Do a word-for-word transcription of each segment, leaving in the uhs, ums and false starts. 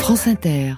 France Inter.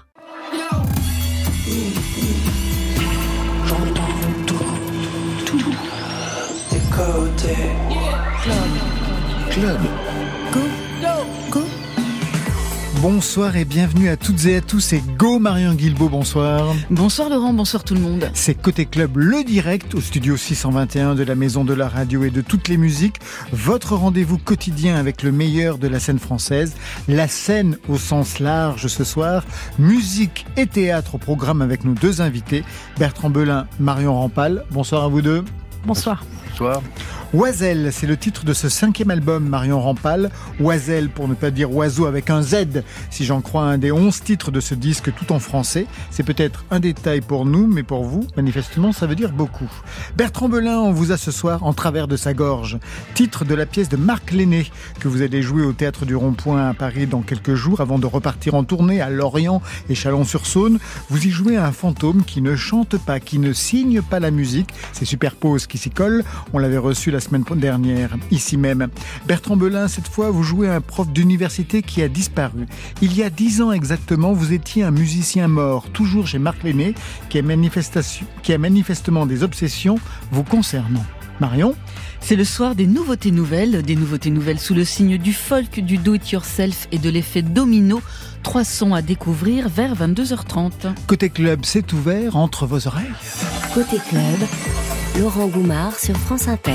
J'entends tout, tout, des côtés. Club. Club. Go. Go. Bonsoir et bienvenue à toutes et à tous, et Go Marion Guilbault, bonsoir. Bonsoir Laurent, bonsoir tout le monde. C'est Côté Club, le direct au studio six cent vingt et un de la Maison de la Radio et de toutes les musiques. Votre rendez-vous quotidien avec le meilleur de la scène française. La scène au sens large ce soir. Musique et théâtre au programme avec nos deux invités, Bertrand Belin, Marion Rampal. Bonsoir à vous deux. Bonsoir. Bonsoir. Oiselle, c'est le titre de ce cinquième album Marion Rampal. Oiselle, pour ne pas dire oiseau avec un Z, si j'en crois un des onze titres de ce disque tout en français. C'est peut-être un détail pour nous, mais pour vous, manifestement, ça veut dire beaucoup. Bertrand Belin, on vous a ce soir En travers de sa gorge, titre de la pièce de Marc Lenné, que vous allez jouer au Théâtre du Rond-Point à Paris dans quelques jours, avant de repartir en tournée à Lorient et Chalon-sur-Saône. Vous y jouez un fantôme qui ne chante pas, qui ne signe pas la musique. C'est Superpose qui s'y colle. On l'avait reçu la semaine dernière, ici même. Bertrand Belin, cette fois, vous jouez un prof d'université qui a disparu. Il y a dix ans exactement, vous étiez un musicien mort, toujours chez Marc Lenné, qui a, manifestation, qui a manifestement des obsessions vous concernant. Marion ? C'est le soir des nouveautés nouvelles, des nouveautés nouvelles sous le signe du folk, du do-it-yourself et de l'effet domino. Trois sons à découvrir vers vingt-deux heures trente. Côté Club, c'est ouvert entre vos oreilles. Côté Club, Laurent Goumard sur France Inter.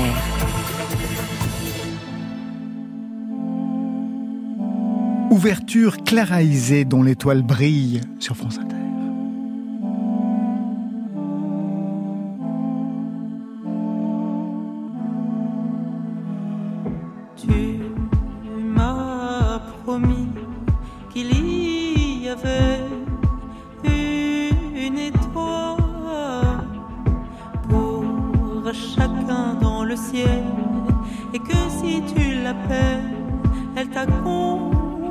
Ouverture Clara Isé dont l'étoile brille sur France Inter. Tu m'as promis qu'il y avait une étoile pour chacun dans le ciel, et que si tu l'appelles, elle t'accompagnera.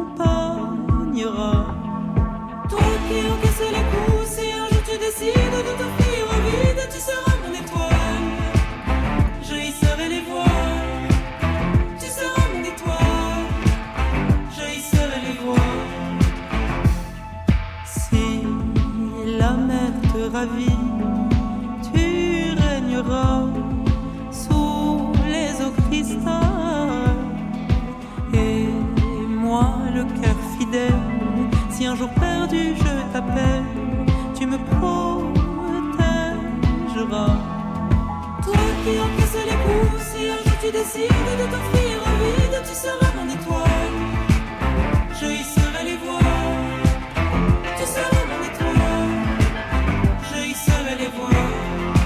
Toi qui encaisses les coups, si un jour tu décides de t'offrir au vide, tu seras mon étoile. Je hisserai les voiles. Tu seras mon étoile. Je hisserai les voiles. Si la mer te ravit, tu régneras sous les eaux cristal. Et moi, le cœur fidèle, si un jour perdu je t'appelle, tu me protégeras. Toi qui encaisses les coups, si un jour tu décides de t'offrir au vide, tu seras mon étoile. Je hisserai les voiles. Tu seras mon étoile. Je hisserai les voiles.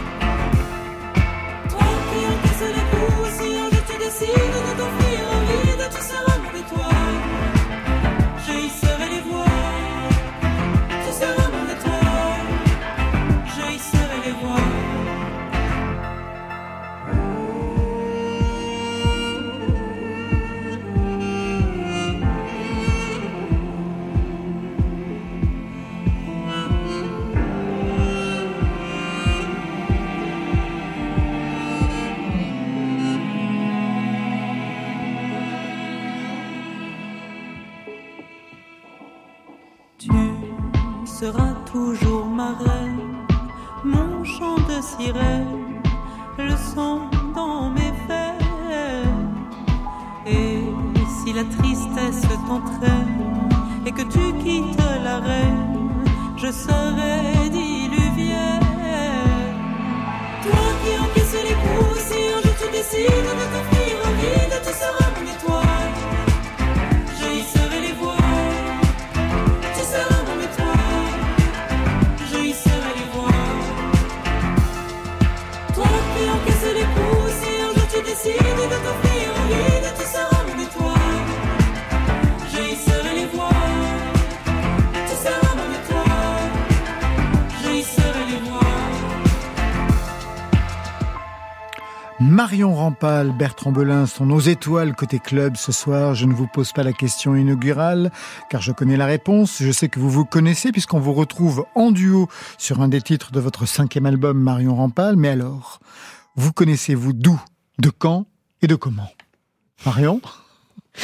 Toi qui encaisses les coups, si un jour tu décides de t'offrir au vide, tu seras mon étoile. Je hisserai les voiles. Tu seras mon étoile. Je hisserai les voiles. Tu seras toujours ma reine, mon chant de sirène, le son dans mes veines. Et si la tristesse t'entraîne et que tu quittes la reine, je serai diluvienne. Toi qui encaisses les coups, si un jour tu décides de t'offrir au vide, tu seras mon étoile. Je hisserai les voiles. Tu seras mon étoile. Je hisserai les voiles. Toi qui encaisses les coups, si un jour tu décides de t'offrir au vide, tu seras mon étoile. Je hisserai les voiles. Tu seras mon étoile. Je hisserai les voiles. Marion Rampal, Bertrand Belin sont nos étoiles côté club ce soir. Je ne vous pose pas la question inaugurale, car je connais la réponse. Je sais que vous vous connaissez, puisqu'on vous retrouve en duo sur un des titres de votre cinquième album, Marion Rampal. Mais alors, vous connaissez-vous d'où, de quand et de comment ? Marion ?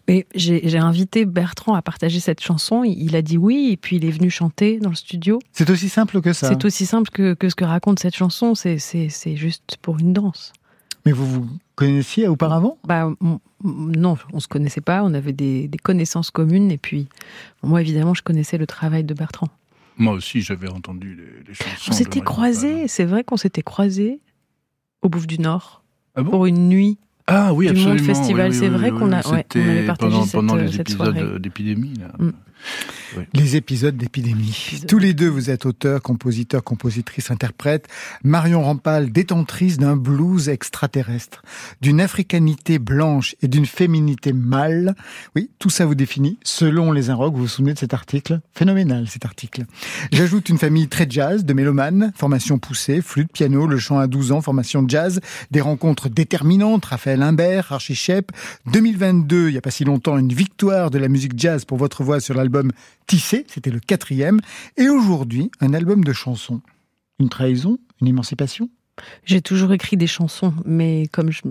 Mais j'ai, j'ai invité Bertrand à partager cette chanson. Il a dit oui, et puis il est venu chanter dans le studio. C'est aussi simple que ça. C'est aussi simple que, que ce que raconte cette chanson. C'est, c'est, c'est juste pour une danse. Mais vous vous connaissiez auparavant ? Bah, on, non, on ne se connaissait pas. On avait des, des connaissances communes. Et puis, moi, évidemment, je connaissais le travail de Bertrand. Moi aussi, j'avais entendu les, les chansons. On s'était croisés. C'est vrai qu'on s'était croisés au Bouffe du Nord ah bon pour une nuit. Ah oui, du absolument. Monde Festival, oui, oui, c'est vrai oui, qu'on a, oui. ouais, on avait partagé pendant, cette, pendant les cette épisodes soirée. d'épidémie. Là. Mm. Oui. Les épisodes d'épidémie. Épisode. Tous les deux, vous êtes auteurs, compositeurs, compositrices, interprètes. Marion Rampal, détentrice d'un blues extraterrestre, d'une africanité blanche et d'une féminité mâle. Oui, tout ça vous définit selon les Inrocks. Vous vous souvenez de cet article ? Phénoménal, cet article. J'ajoute une famille très jazz, de mélomanes, formation poussée, flûte, piano, le chant à douze ans, formation jazz, des rencontres déterminantes, Raphaël Imbert, Archie Shepp. deux mille vingt-deux, il n'y a pas si longtemps, une victoire de la musique jazz pour votre voix sur l'album Tissé, c'était le quatrième. Et aujourd'hui, un album de chansons. Une trahison ? Une émancipation ? J'ai toujours écrit des chansons, mais comme je,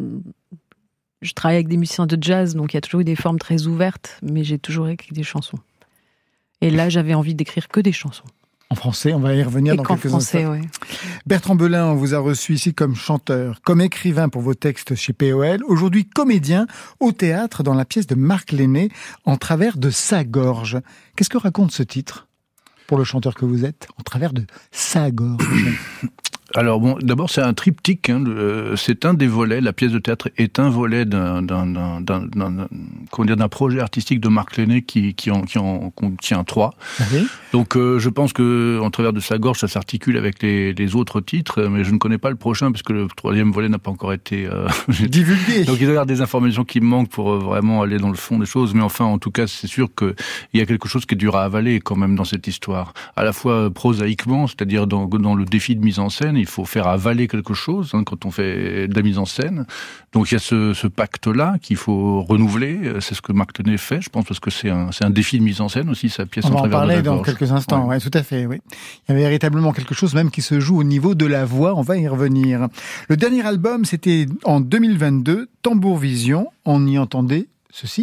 je travaille avec des musiciens de jazz, donc il y a toujours eu des formes très ouvertes, mais j'ai toujours écrit des chansons. Et là, j'avais envie d'écrire que des chansons. En français, on va y revenir Et dans qu'en quelques français, instants. Ouais. Bertrand Belin, on vous a reçu ici comme chanteur, comme écrivain pour vos textes chez P O L, aujourd'hui comédien au théâtre dans la pièce de Marc Lenné, En travers de sa gorge. Qu'est-ce que raconte ce titre pour le chanteur que vous êtes, En travers de sa gorge? Alors bon, d'abord c'est un triptyque, hein, le, c'est un des volets, la pièce de théâtre est un volet d'un, d'un, d'un, d'un, d'un, comment dire, d'un projet artistique de Marc Lenné qui, qui, en, qui en contient trois. Oui. Donc euh, je pense que En travers de sa gorge, ça s'articule avec les, les autres titres, mais je ne connais pas le prochain parce que le troisième volet n'a pas encore été euh, divulgué. Donc il doit y avoir des informations qui me manquent pour euh, vraiment aller dans le fond des choses, mais enfin en tout cas c'est sûr qu'il y a quelque chose qui est dur à avaler quand même dans cette histoire, à la fois prosaïquement, c'est-à-dire dans, dans le défi de mise en scène. Il faut faire avaler quelque chose hein, quand on fait de la mise en scène. Donc il y a ce, ce pacte-là qu'il faut renouveler. C'est ce que Marc Lenné fait, je pense, parce que c'est un, c'est un défi de mise en scène aussi, sa pièce On En travers de la gorge. On va en parler dans quelques instants, ouais. Ouais, tout à fait. Oui. Il y avait véritablement quelque chose même qui se joue au niveau de la voix, on va y revenir. Le dernier album, c'était en deux mille vingt-deux, Tambour Vision. On y entendait ceci.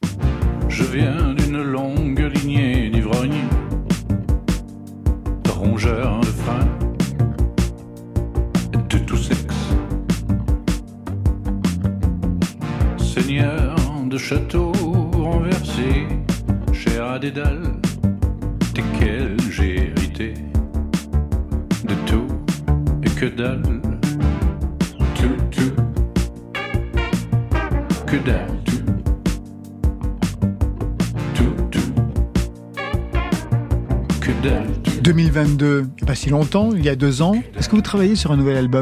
Je viens d'une longue lignée d'ivrognes, de rongeurs de frein, de tout sexe, seigneur de châteaux renversés, cher à Dédale, desquels j'ai hérité de tout et que dalle, tout, tout, que dalle, tout, tout, tout, que dalle. deux mille vingt-deux, il n'y a pas si longtemps, il y a deux ans. Est-ce que vous travaillez sur un nouvel album ?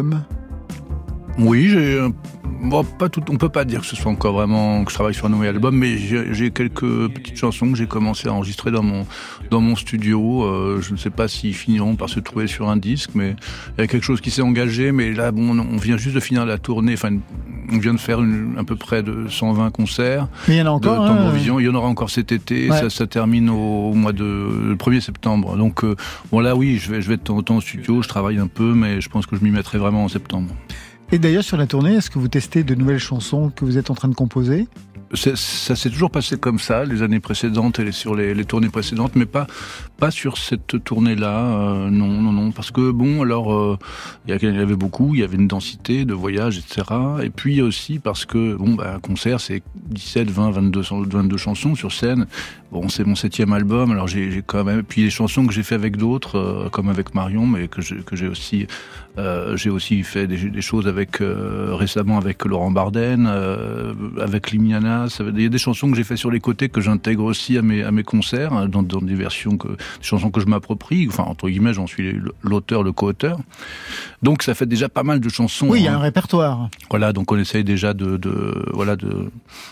Oui, j'ai... Bon, pas tout, on peut pas dire que ce soit encore vraiment que je travaille sur un nouvel album, mais j'ai, j'ai quelques petites chansons que j'ai commencé à enregistrer dans mon dans mon studio. Euh, je ne sais pas s'ils finiront par se trouver sur un disque, mais il y a quelque chose qui s'est engagé. Mais là, bon, on vient juste de finir la tournée. Enfin, on vient de faire une, à peu près de cent vingt concerts. Mais il y en a encore. De Tambour hein, Vision. Il y en aura encore cet été. Ouais. Ça, ça termine au, au mois de le premier septembre. Donc, euh, bon là, oui, je vais je vais de temps en temps au studio. Je travaille un peu, mais je pense que je m'y mettrai vraiment en septembre. Et d'ailleurs, sur la tournée, est-ce que vous testez de nouvelles chansons que vous êtes en train de composer ? C'est, ça s'est toujours passé comme ça, les années précédentes et les, sur les, les tournées précédentes, mais pas pas sur cette tournée-là. Euh, non, non, non, parce que bon, alors euh, il y avait beaucoup, il y avait une densité de voyages, et cetera. Et puis aussi parce que bon, bah, un concert, c'est dix-sept, vingt, vingt-deux, vingt-deux chansons sur scène. Bon, c'est mon septième album, alors j'ai, j'ai quand même. Puis les chansons que j'ai fait avec d'autres, euh, comme avec Marion, mais que j'ai, que j'ai aussi, euh, j'ai aussi fait des, des choses avec euh, récemment avec Laurent Barden, euh, avec Limiana. Il y a des chansons que j'ai fait sur les côtés que j'intègre aussi à mes à mes concerts, hein, dans, dans des versions que des chansons que je m'approprie. Enfin, entre guillemets, j'en suis l'auteur, le co-auteur. Donc, ça fait déjà pas mal de chansons. Oui, il y a hein. un répertoire. Voilà, donc on essaye déjà de, de voilà de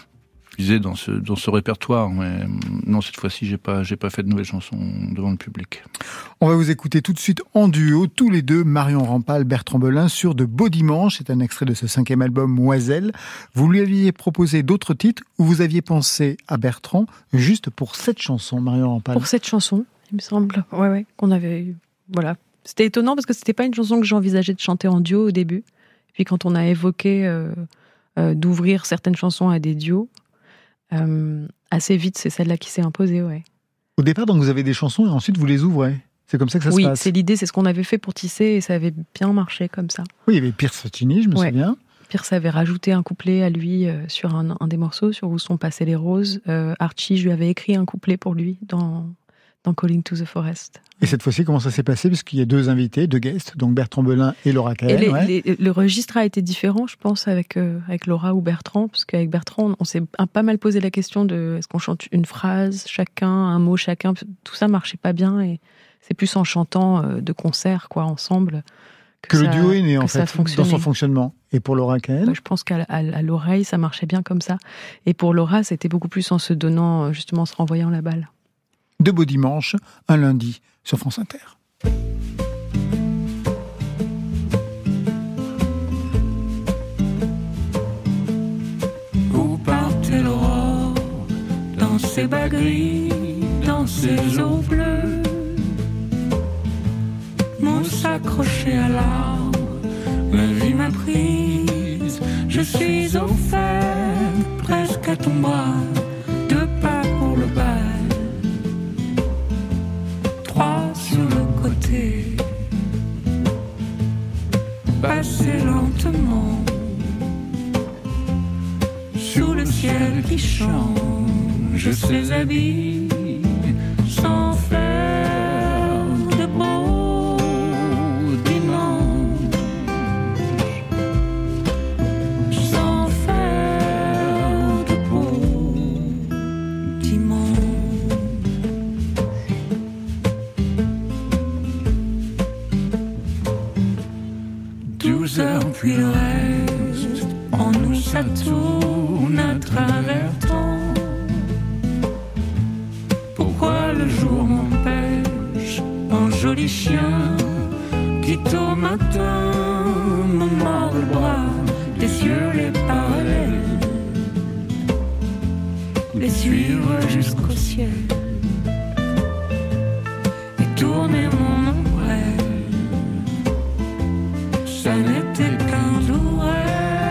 dans ce dans ce répertoire, mais non, cette fois-ci j'ai pas j'ai pas fait de nouvelles chansons devant le public. On va vous écouter tout de suite en duo tous les deux, Marion Rampal, Bertrand Belin, sur De Beaux Dimanches. C'est un extrait de ce cinquième album Oiselle. Vous lui aviez proposé d'autres titres ou vous aviez pensé à Bertrand juste pour cette chanson, Marion Rampal? Pour cette chanson, il me semble, ouais ouais, qu'on avait eu, voilà. C'était étonnant parce que c'était pas une chanson que j'envisageais de chanter en duo au début. Puis quand on a évoqué euh, euh, d'ouvrir certaines chansons à des duos. Euh, assez vite, c'est celle-là qui s'est imposée, ouais. Au départ, donc, vous avez des chansons et ensuite vous les ouvrez. C'est comme ça que ça oui, se passe. Oui, c'est l'idée, c'est ce qu'on avait fait pour Tisser et ça avait bien marché comme ça. Oui, il y avait Pierce Fattini, je me ouais. souviens. Pierce avait rajouté un couplet à lui euh, sur un, un des morceaux, sur Où sont passées les roses. Euh, Archie, je lui avais écrit un couplet pour lui dans, dans Calling to the Forest. Et cette fois-ci, comment ça s'est passé? Parce qu'il y a deux invités, deux guests, donc Bertrand Belin et Laura Cahen. Et les, ouais. les, le registre a été différent, je pense, avec, euh, avec Laura ou Bertrand, parce qu'avec Bertrand, on s'est un, pas mal posé la question de est-ce qu'on chante une phrase chacun, un mot chacun. Tout ça marchait pas bien et c'est plus en chantant euh, de concert, quoi, ensemble. Que, que ça, le duo est né, en fait, dans son fonctionnement. Et pour Laura Cahen? Ouais, je pense qu'à à, à l'oreille, ça marchait bien comme ça. Et pour Laura, c'était beaucoup plus en se donnant, justement, en se renvoyant la balle. De beaux dimanches, un lundi, sur France Inter. Où partait l'aurore, dans ses bas gris, dans ses eaux bleues, mousse accrochée à l'arbre, ma vie m'a prise, je suis au fait, presque à ton bras, deux pas pour le bal, trois sur le côté, passer lentement, sous le ciel qui change ses habits, sans faire de beaux dimanches, sans faire de beaux dimanches. Douze heures puis le reste, en nous ça tourne à travers temps. Pourquoi le jour m'empêche, un joli chien qui tôt matin me mord le bras, des cieux les parallèles, les suivre jusqu'au ciel et tourner mon ombrelle, ça n'était qu'un doux rêve.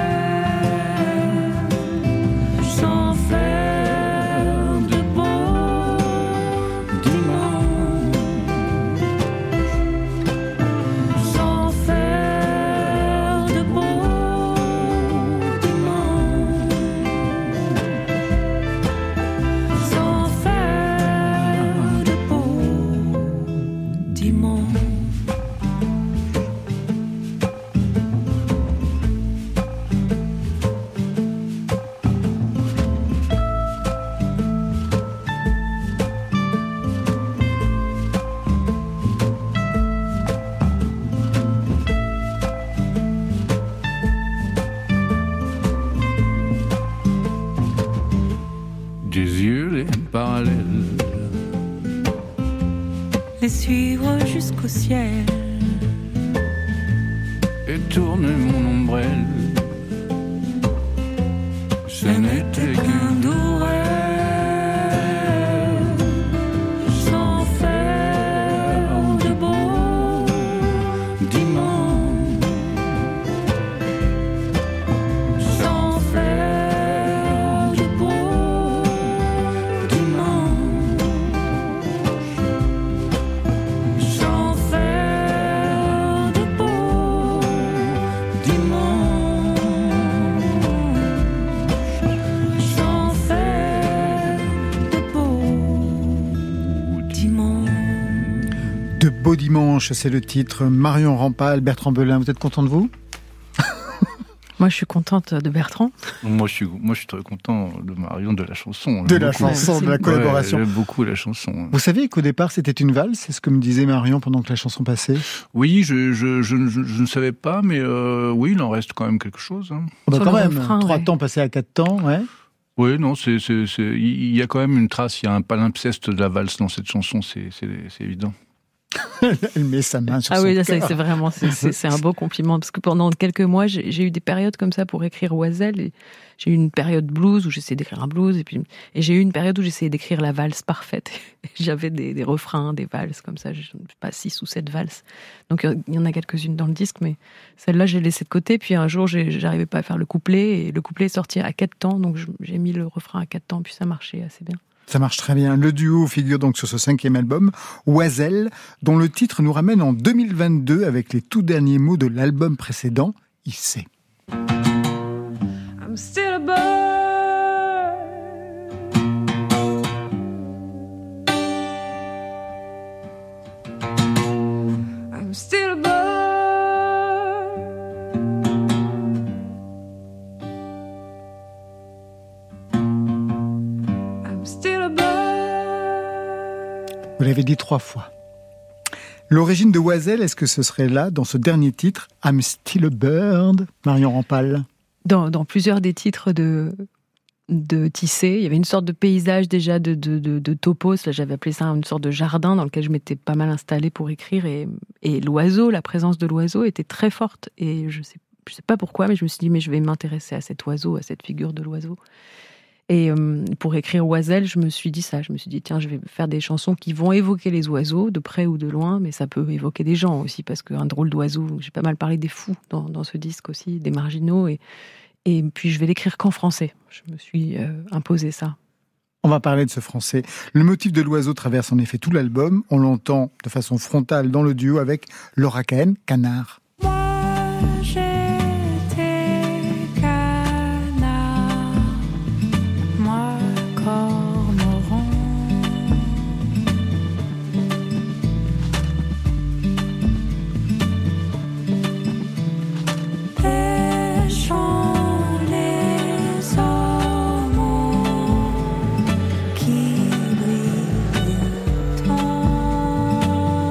Les suivre jusqu'au ciel et tourner mon ombrelle, ce n'était qu'un doux rêve, sans faire de beaux dimanches, sans faire de beaux dimanches. Beau dimanche, c'est le titre. Marion Rampal, Bertrand Belin, vous êtes content de vous? Moi, je suis contente de Bertrand. Moi, je suis, moi, je suis très content de Marion, de la chanson. De la chanson, ouais, de la collaboration. Ouais, j'aime beaucoup la chanson. Vous saviez qu'au départ, c'était une valse, c'est ce que me disait Marion pendant que la chanson passait? Oui, je, je, je, je, je ne savais pas, mais euh, oui, il en reste quand même quelque chose. Hein. Oh bah quand même, refrain, trois ouais. temps passés à quatre temps, ouais. Oui, non, c'est, c'est, c'est, il y a quand même une trace, il y a un palimpseste de la valse dans cette chanson, c'est, c'est, c'est évident. Elle met sa main sur ah son oui, là, cœur. c'est, c'est vraiment c'est, c'est, c'est un beau compliment parce que pendant quelques mois, j'ai, j'ai eu des périodes comme ça pour écrire Oiselle. Et j'ai eu une période blues où j'essayais d'écrire un blues et puis et j'ai eu une période où j'essayais d'écrire la valse parfaite. J'avais des, des refrains, des valses comme ça, je sais pas six ou sept valses. Donc il y en a quelques-unes dans le disque, mais celle-là j'ai laissé de côté. Puis un jour, j'ai, j'arrivais pas à faire le couplet et le couplet est sorti à quatre temps, donc j'ai mis le refrain à quatre temps, puis ça marchait assez bien. Ça marche très bien. Le duo figure donc sur ce cinquième album, Oiselle, dont le titre nous ramène en deux mille vingt-deux avec les tout derniers mots de l'album précédent, Il sait. I'm still a bird. I'm still a bird. I'm still a bird. Vous l'avez dit trois fois. L'origine de Oiselle, est-ce que ce serait là, dans ce dernier titre, I'm Still a Bird, Marion Rampal? Dans, dans plusieurs des titres de, de Tissé, il y avait une sorte de paysage déjà de, de, de, de topos. Là, j'avais appelé ça une sorte de jardin dans lequel je m'étais pas mal installée pour écrire. Et, et l'oiseau, la présence de l'oiseau était très forte. Et je sais, je sais pas pourquoi, mais je me suis dit, mais je vais m'intéresser à cet oiseau, à cette figure de l'oiseau. Et euh, pour écrire Oiselle, je me suis dit ça. Je me suis dit, tiens, je vais faire des chansons qui vont évoquer les oiseaux, de près ou de loin, mais ça peut évoquer des gens aussi, parce qu'un drôle d'oiseau, j'ai pas mal parlé des fous dans, dans ce disque aussi, des marginaux, et, et puis je vais l'écrire qu'en français. Je me suis euh, imposé ça. On va parler de ce français. Le motif de l'oiseau traverse en effet tout l'album. On l'entend de façon frontale dans le duo avec Laura Cahen, Canard. Moi, j'étais canard, moi, cormoran. Pêchant les ormeaux qui brillent tant.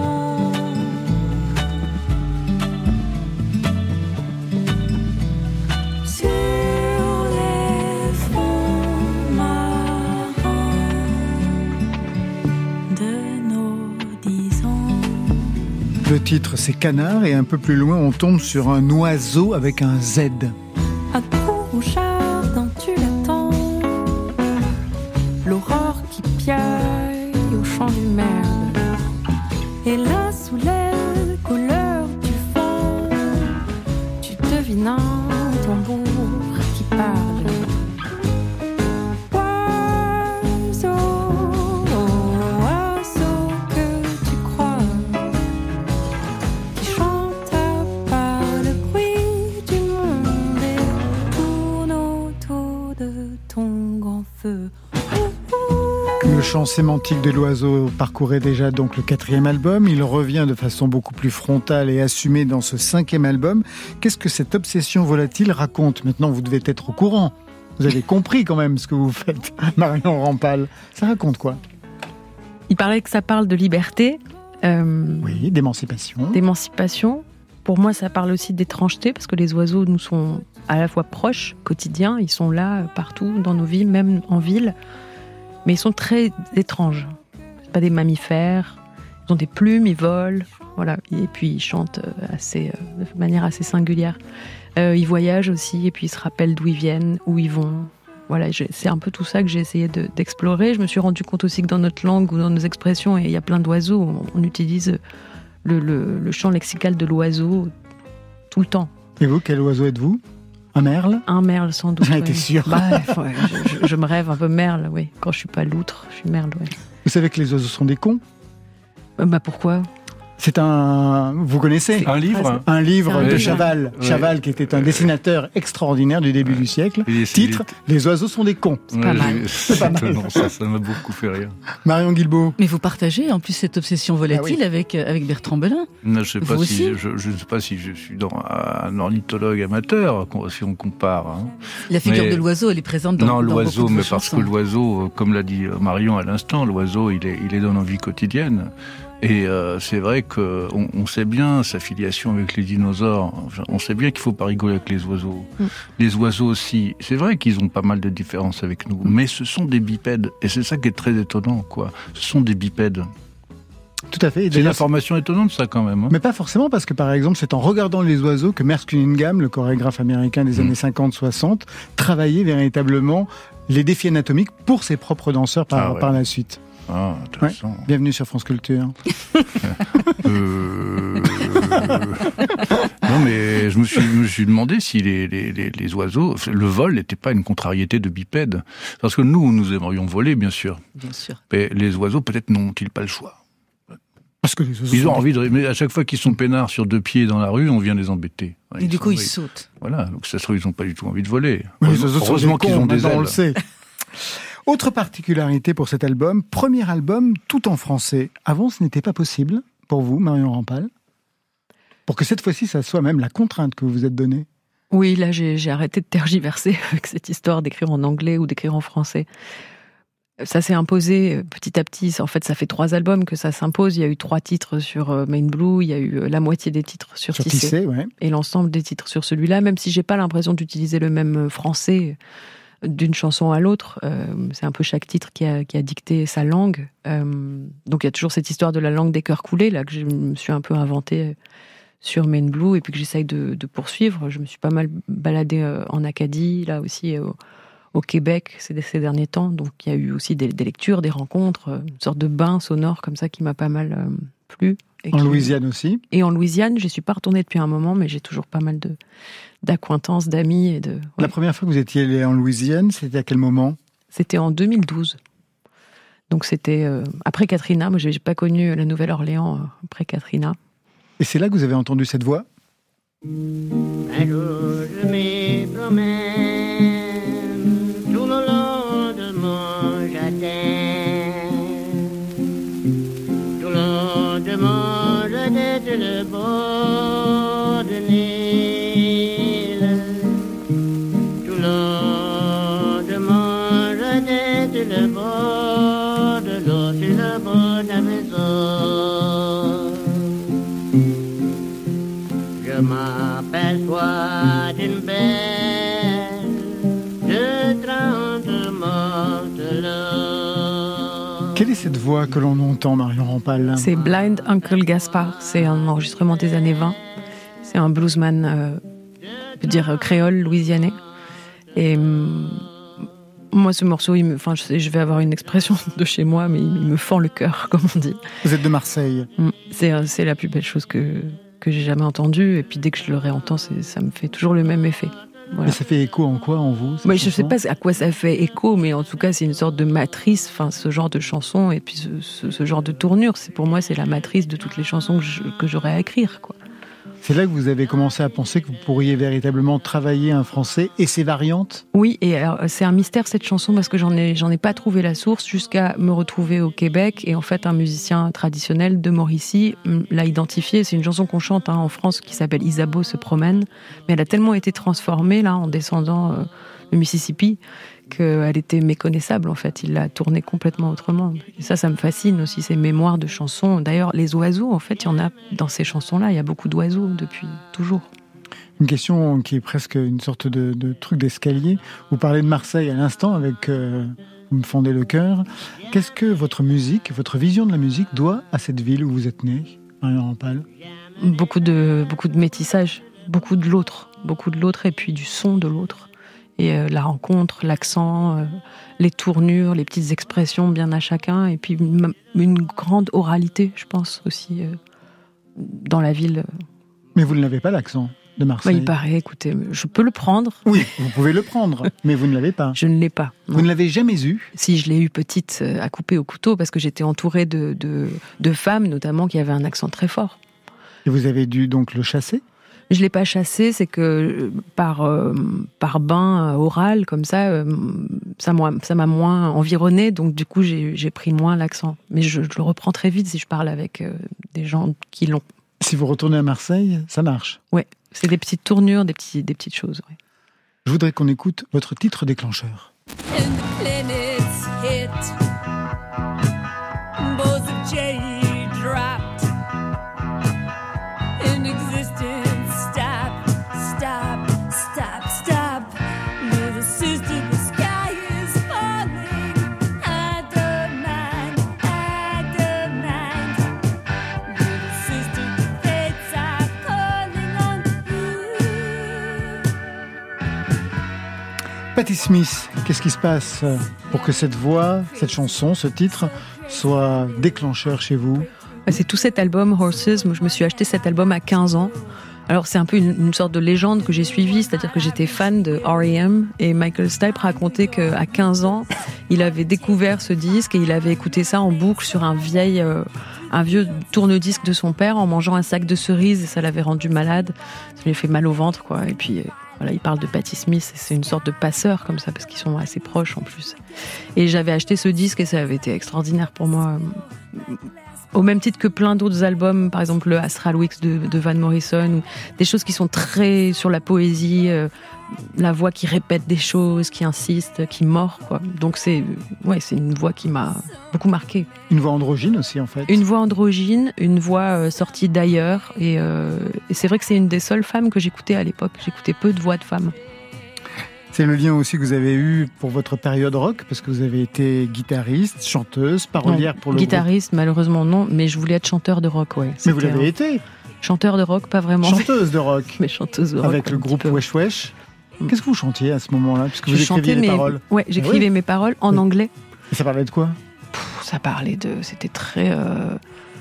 Sur les fonds marins de nos dix ans. Le titre, c'est Canard, et un peu plus loin, on tombe sur un oiseau avec un Z. À ton jardin, tu l'attends. L'aurore qui piaille au champ du merle. Et là, sous les couleurs du vent, tu devines un tambour qui parle. Oiseau, oiseau que tu crois, qui chante à part le bruit du monde et tourne autour de ton grand feu. Le champ sémantique de l'oiseau parcourait déjà donc le quatrième album. Il revient de façon beaucoup plus frontale et assumée dans ce cinquième album. Qu'est-ce que cette obsession volatile raconte? Maintenant, vous devez être au courant. Vous avez compris quand même ce que vous faites, Marion Rampal. Ça raconte quoi? Il parlait que ça parle de liberté, euh, Oui, d'émancipation. d'émancipation. Pour moi, ça parle aussi d'étrangeté, parce que les oiseaux nous sont à la fois proches, quotidiens, ils sont là, euh, partout, dans nos vies, même en ville, mais ils sont très étranges. C'est pas des mammifères, ils ont des plumes, ils volent, voilà, et puis ils chantent euh, assez, euh, de manière assez singulière. Euh, ils voyagent aussi, et puis ils se rappellent d'où ils viennent, où ils vont. Voilà, j'ai- c'est un peu tout ça que j'ai essayé de- d'explorer. Je me suis rendu compte aussi que dans notre langue ou dans nos expressions, et il y a plein d'oiseaux, on, on utilise le, le, le champ lexical de l'oiseau tout le temps. Et vous, quel oiseau êtes-vous? Un merle? Un merle, sans doute. J'en étais oui. sûr. Bah, ouais, je, je- je me rêve un peu merle, oui. Quand je suis pas loutre, je suis merle, oui. Vous savez que les oiseaux sont des cons? Euh, Bah pourquoi? C'est un... Vous connaissez? Un livre Un livre C'est un de livre. Chaval. Ouais. Chaval, qui était un dessinateur extraordinaire du début du siècle. Il est- Titre, Les oiseaux sont des cons. il est- pas Ouais, mal. j'ai- C'est pas mal. étonnant, ça, ça m'a beaucoup fait rire. Marion Guilbault. Mais vous partagez en plus cette obsession volatile Ah oui. avec, euh, avec Bertrand Belin. Non, je sais pas Vous si aussi je, je ne sais pas si je suis dans un ornithologue amateur, si on compare. Hein. La figure Mais- de l'oiseau, elle est présente dans, non, dans l'oiseau, beaucoup de mais vos parce que chansons. l'oiseau, euh, comme l'a dit euh, Marion à l'instant, l'oiseau, il est, il est dans nos vies quotidiennes. Et euh, c'est vrai que on, on sait bien sa filiation avec les dinosaures. Enfin, on sait bien qu'il faut pas rigoler avec les oiseaux. Mm. Les oiseaux aussi. C'est vrai qu'ils ont pas mal de différences avec nous, mais ce sont des bipèdes. Et c'est ça qui est très étonnant, quoi. Ce sont des bipèdes. Tout à fait. Et C'est une d'ailleurs, information étonnante, ça, quand même. Hein. mais pas forcément, parce que par exemple, c'est en regardant les oiseaux que Merce Cunningham, le chorégraphe américain des Mmh. années cinquante soixante, travaillait véritablement les défis anatomiques pour ses propres danseurs par, Ah ouais. par la suite. Ah, intéressant. Bienvenue sur France Culture. Euh... non, mais je me suis, je me suis demandé si les, les, les, les oiseaux, le vol n'était pas une contrariété de bipèdes. Parce que nous, nous aimerions voler, bien sûr. Bien sûr. Mais les oiseaux, peut-être n'ont-ils pas le choix. Parce que les oiseaux Ils ont sont- envie de... Mais à chaque fois qu'ils sont peinards sur deux pieds dans la rue, on vient les embêter. Ouais, Et du sont- coup, ils oui. sautent. Voilà, donc ça se trouve, ils n'ont pas du tout envie de voler. Oui, les oiseaux sont Heureusement des qu'ils cons, ont des maintenant, on ailes. le sait. Autre particularité pour cet album, premier album tout en français. Avant, ce n'était pas possible pour vous, Marion Rampal, pour que cette fois-ci, ça soit même la contrainte que vous vous êtes donnée. Oui, là, j'ai, j'ai arrêté de tergiverser avec cette histoire d'écrire en anglais ou d'écrire en français. Ça s'est imposé petit à petit. En fait, ça fait trois albums que ça s'impose. Il y a eu trois titres sur euh, Main Blue, il y a eu euh, la moitié des titres sur, Sur Tissé, Tissé, ouais. et l'ensemble des titres sur celui-là, même si j'ai pas l'impression d'utiliser le même français d'une chanson à l'autre. Euh, c'est un peu chaque titre qui a, qui a dicté sa langue. Euh, donc il y a toujours cette histoire de la langue des cœurs coulés, là, que je me suis un peu inventée sur Main Blue, et puis que j'essaye de, de poursuivre. Je me suis pas mal baladée euh, en Acadie, là aussi, euh, au Québec, ces, ces derniers temps. Donc il y a eu aussi des, des lectures, des rencontres, euh, une sorte de bain sonore comme ça qui m'a pas mal euh, plu. Et En qui- Louisiane aussi. Et en Louisiane, j'y suis pas retournée depuis un moment, mais j'ai toujours pas mal de d'acquaintances, d'amis et de. ouais. La première fois que vous étiez allé en Louisiane, c'était à quel moment? C'était en deux mille douze. Donc c'était euh, après Katrina. Moi, j'ai j'ai pas connu la Nouvelle-Orléans euh, après Katrina. Et c'est là que vous avez entendu cette voix? Un jour je m'y promène tout le long de mon jardin, tout le long de mon jardin, tout le bord de Nil, tout le long de mon jardin, tout le bord de l'eau, tout le bord de la maison. Je m'aperçois d'une belle de trente mantelots. Quelle est cette voix que l'on entend, Marion Rampal? C'est Blind Uncle Gaspard. C'est un enregistrement des années vingt. C'est un bluesman, euh, on peut dire euh, créole, louisianais. Et hum, moi, ce morceau, il me, enfin, je, sais, je vais avoir une expression de chez moi, mais il, il me fend le cœur, comme on dit. Vous êtes de Marseille. Hum, C'est, euh, c'est la plus belle chose que que j'ai jamais entendue. Et puis dès que je le réentends, c'est, ça me fait toujours le même effet. Voilà. Et ça fait écho en quoi en vous cette Moi, je sais chanson pas à quoi ça fait écho, mais en tout cas, c'est une sorte de matrice, enfin, ce genre de chanson, et puis ce, ce, ce genre de tournure. C'est, pour moi, c'est la matrice de toutes les chansons que, je, que j'aurais à écrire, quoi. C'est là que vous avez commencé à penser que vous pourriez véritablement travailler un français et ses variantes? Oui, et alors, c'est un mystère cette chanson parce que j'en ai, j'en ai pas trouvé la source jusqu'à me retrouver au Québec, et en fait, un musicien traditionnel de Mauricie l'a identifié. C'est une chanson qu'on chante hein, en France qui s'appelle Isabeau se promène, mais elle a tellement été transformée là en descendant euh, le Mississippi qu'elle était méconnaissable en fait. Il l'a tournée complètement autrement. Et ça, ça me fascine aussi, ces mémoires de chansons. D'ailleurs, les oiseaux, en fait, il y en a dans ces chansons-là. Il y a beaucoup d'oiseaux depuis toujours. Une question qui est presque une sorte de, de truc d'escalier. Vous parlez de Marseille à l'instant avec euh, vous me fendez le cœur. Qu'est-ce que votre musique, votre vision de la musique doit à cette ville où vous êtes né, Marion Rampal? Beaucoup de, beaucoup de métissage, beaucoup de l'autre, beaucoup de l'autre et puis du son de l'autre. Et euh, la rencontre, l'accent, euh, les tournures, les petites expressions bien à chacun, et puis une, une grande oralité, je pense, aussi, euh, dans la ville. Mais vous ne l'avez pas, l'accent de Bah, Marseille? il paraît, écoutez, je peux le prendre. Oui, vous pouvez le prendre, mais vous ne l'avez pas. Je ne l'ai pas. non. Vous ne l'avez jamais eu? Si, je l'ai eu petite, euh, à couper au couteau, parce que j'étais entourée de, de, de femmes, notamment, qui avaient un accent très fort. Et vous avez dû donc le chasser? Je l'ai pas chassé, c'est que euh, par euh, par bain euh, oral comme ça, euh, ça m'a ça m'a moins environné, donc du coup j'ai j'ai pris moins l'accent. Mais je, je le reprends très vite si je parle avec euh, des gens qui l'ont. Si vous retournez à Marseille, ça marche. Ouais, c'est des petites tournures, des petits des petites choses. Ouais. Je voudrais qu'on écoute votre titre déclencheur. And the planets hit. Balls of cherry dropped. In existence, stop, stop, stop, stop. Little sister, the sky is falling. I don't mind, I don't mind. Patti Smith, qu'est-ce qui se passe pour que cette voix, cette chanson, ce titre soit déclencheur chez vous ? C'est tout cet album, Horses. Moi, je me suis acheté cet album à quinze ans. Alors, c'est un peu une, une sorte de légende que j'ai suivie, c'est-à-dire que j'étais fan de R E M et Michael Stipe racontait qu'à quinze ans, il avait découvert ce disque et il avait écouté ça en boucle sur un vieil, euh, un vieux tourne-disque de son père en mangeant un sac de cerises et ça l'avait rendu malade. Ça lui a fait mal au ventre, quoi. Et puis, voilà, il parle de Patti Smith et c'est une sorte de passeur comme ça parce qu'ils sont assez proches en plus. Et j'avais acheté ce disque et ça avait été extraordinaire pour moi. Au même titre que plein d'autres albums, par exemple le Astral Weeks de, de Van Morrison, ou des choses qui sont très sur la poésie, euh, la voix qui répète des choses, qui insiste, qui mord, quoi. Donc c'est, ouais, c'est une voix qui m'a beaucoup marquée. Une voix androgyne aussi, en fait. Une voix androgyne, une voix euh, sortie d'ailleurs, et, euh, et c'est vrai que c'est une des seules femmes que j'écoutais à l'époque. J'écoutais peu de voix de femmes. C'est le lien aussi que vous avez eu pour votre période rock, parce que vous avez été guitariste, chanteuse, parolière non, pour le guitariste, groupe. Malheureusement non, mais je voulais être chanteur de rock, ouais. Mais vous l'avez un... été. Chanteur de rock, pas vraiment. Chanteuse de rock. Mais chanteuse de rock. Avec le groupe Wesh Wesh. Qu'est-ce que vous chantiez à ce moment-là, puisque je vous écriviez les mes... paroles? Ouais, j'écrivais oui. mes paroles en oui. anglais. Et ça parlait de quoi? Pff, Ça parlait de... C'était très... Euh...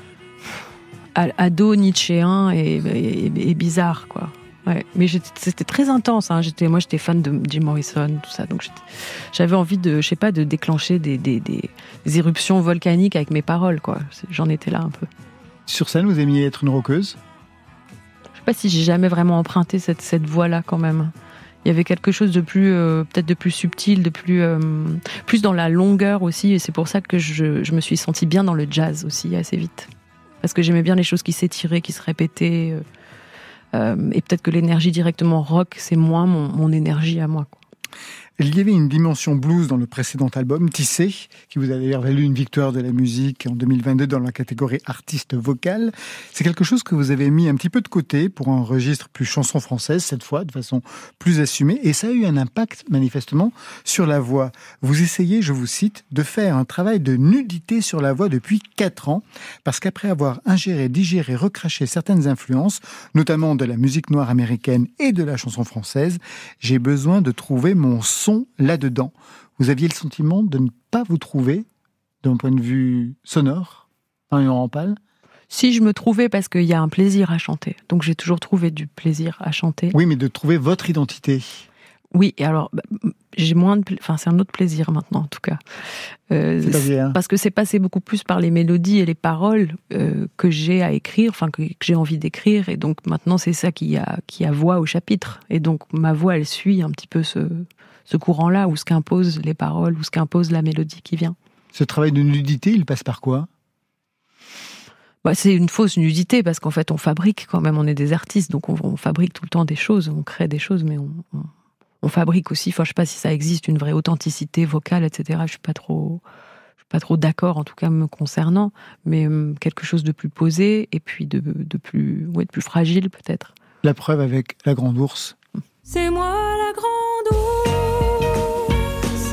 ado, nietzschéen et, et, et bizarre, quoi. Ouais, mais c'était très intense. Hein. J'étais, moi, j'étais fan de Jim Morrison, tout ça. Donc, j'avais envie de, je sais pas, de déclencher des, des, des, des éruptions volcaniques avec mes paroles, quoi. J'en étais là un peu. Sur scène, vous aimiez être une rockeuse? Je sais pas si j'ai jamais vraiment emprunté cette, cette voie-là, quand même. Il y avait quelque chose de plus, euh, peut-être de plus subtil, de plus, euh, plus dans la longueur aussi. Et c'est pour ça que je, je me suis sentie bien dans le jazz aussi, assez vite. Parce que j'aimais bien les choses qui s'étiraient, qui se répétaient. Euh, Euh, et peut-être que l'énergie directement rock, c'est moins mon, mon énergie à moi, quoi. Il y avait une dimension blues dans le précédent album, Tissé, qui vous a d'ailleurs valu une victoire de la musique en deux mille vingt-deux dans la catégorie artiste vocal. C'est quelque chose que vous avez mis un petit peu de côté pour un registre plus chanson française, cette fois, de façon plus assumée. Et ça a eu un impact, manifestement, sur la voix. Vous essayez, je vous cite, de faire un travail de nudité sur la voix depuis quatre ans, parce qu'après avoir ingéré, digéré, recraché certaines influences, notamment de la musique noire américaine et de la chanson française, j'ai besoin de trouver mon son là-dedans. Vous aviez le sentiment de ne pas vous trouver d'un point de vue sonore, Marion Rampal? Si, je me trouvais parce qu'il y a un plaisir à chanter. Donc j'ai toujours trouvé du plaisir à chanter. Oui, mais de trouver votre identité. Oui, et alors, bah, j'ai moins de... Pla... Enfin, c'est un autre plaisir maintenant, en tout cas. Euh, c'est pas bien. Parce que c'est passé beaucoup plus par les mélodies et les paroles euh, que j'ai à écrire, enfin, que, que j'ai envie d'écrire. Et donc, maintenant, c'est ça qui a, qui a voix au chapitre. Et donc, ma voix, elle suit un petit peu ce... ce courant-là, ou ce qu'imposent les paroles, ou ce qu'impose la mélodie qui vient. Ce travail de nudité, il passe par quoi? Bah, c'est une fausse nudité, parce qu'en fait, on fabrique quand même, on est des artistes, donc on, on fabrique tout le temps des choses, on crée des choses, mais on, on, on fabrique aussi, enfin, je sais pas si ça existe, une vraie authenticité vocale, et cetera. Je suis pas trop, je suis pas trop d'accord, en tout cas, me concernant, mais euh, quelque chose de plus posé, et puis de, de plus, ouais, de plus fragile, peut-être. La preuve avec La Grande Ourse. C'est moi la grande ours,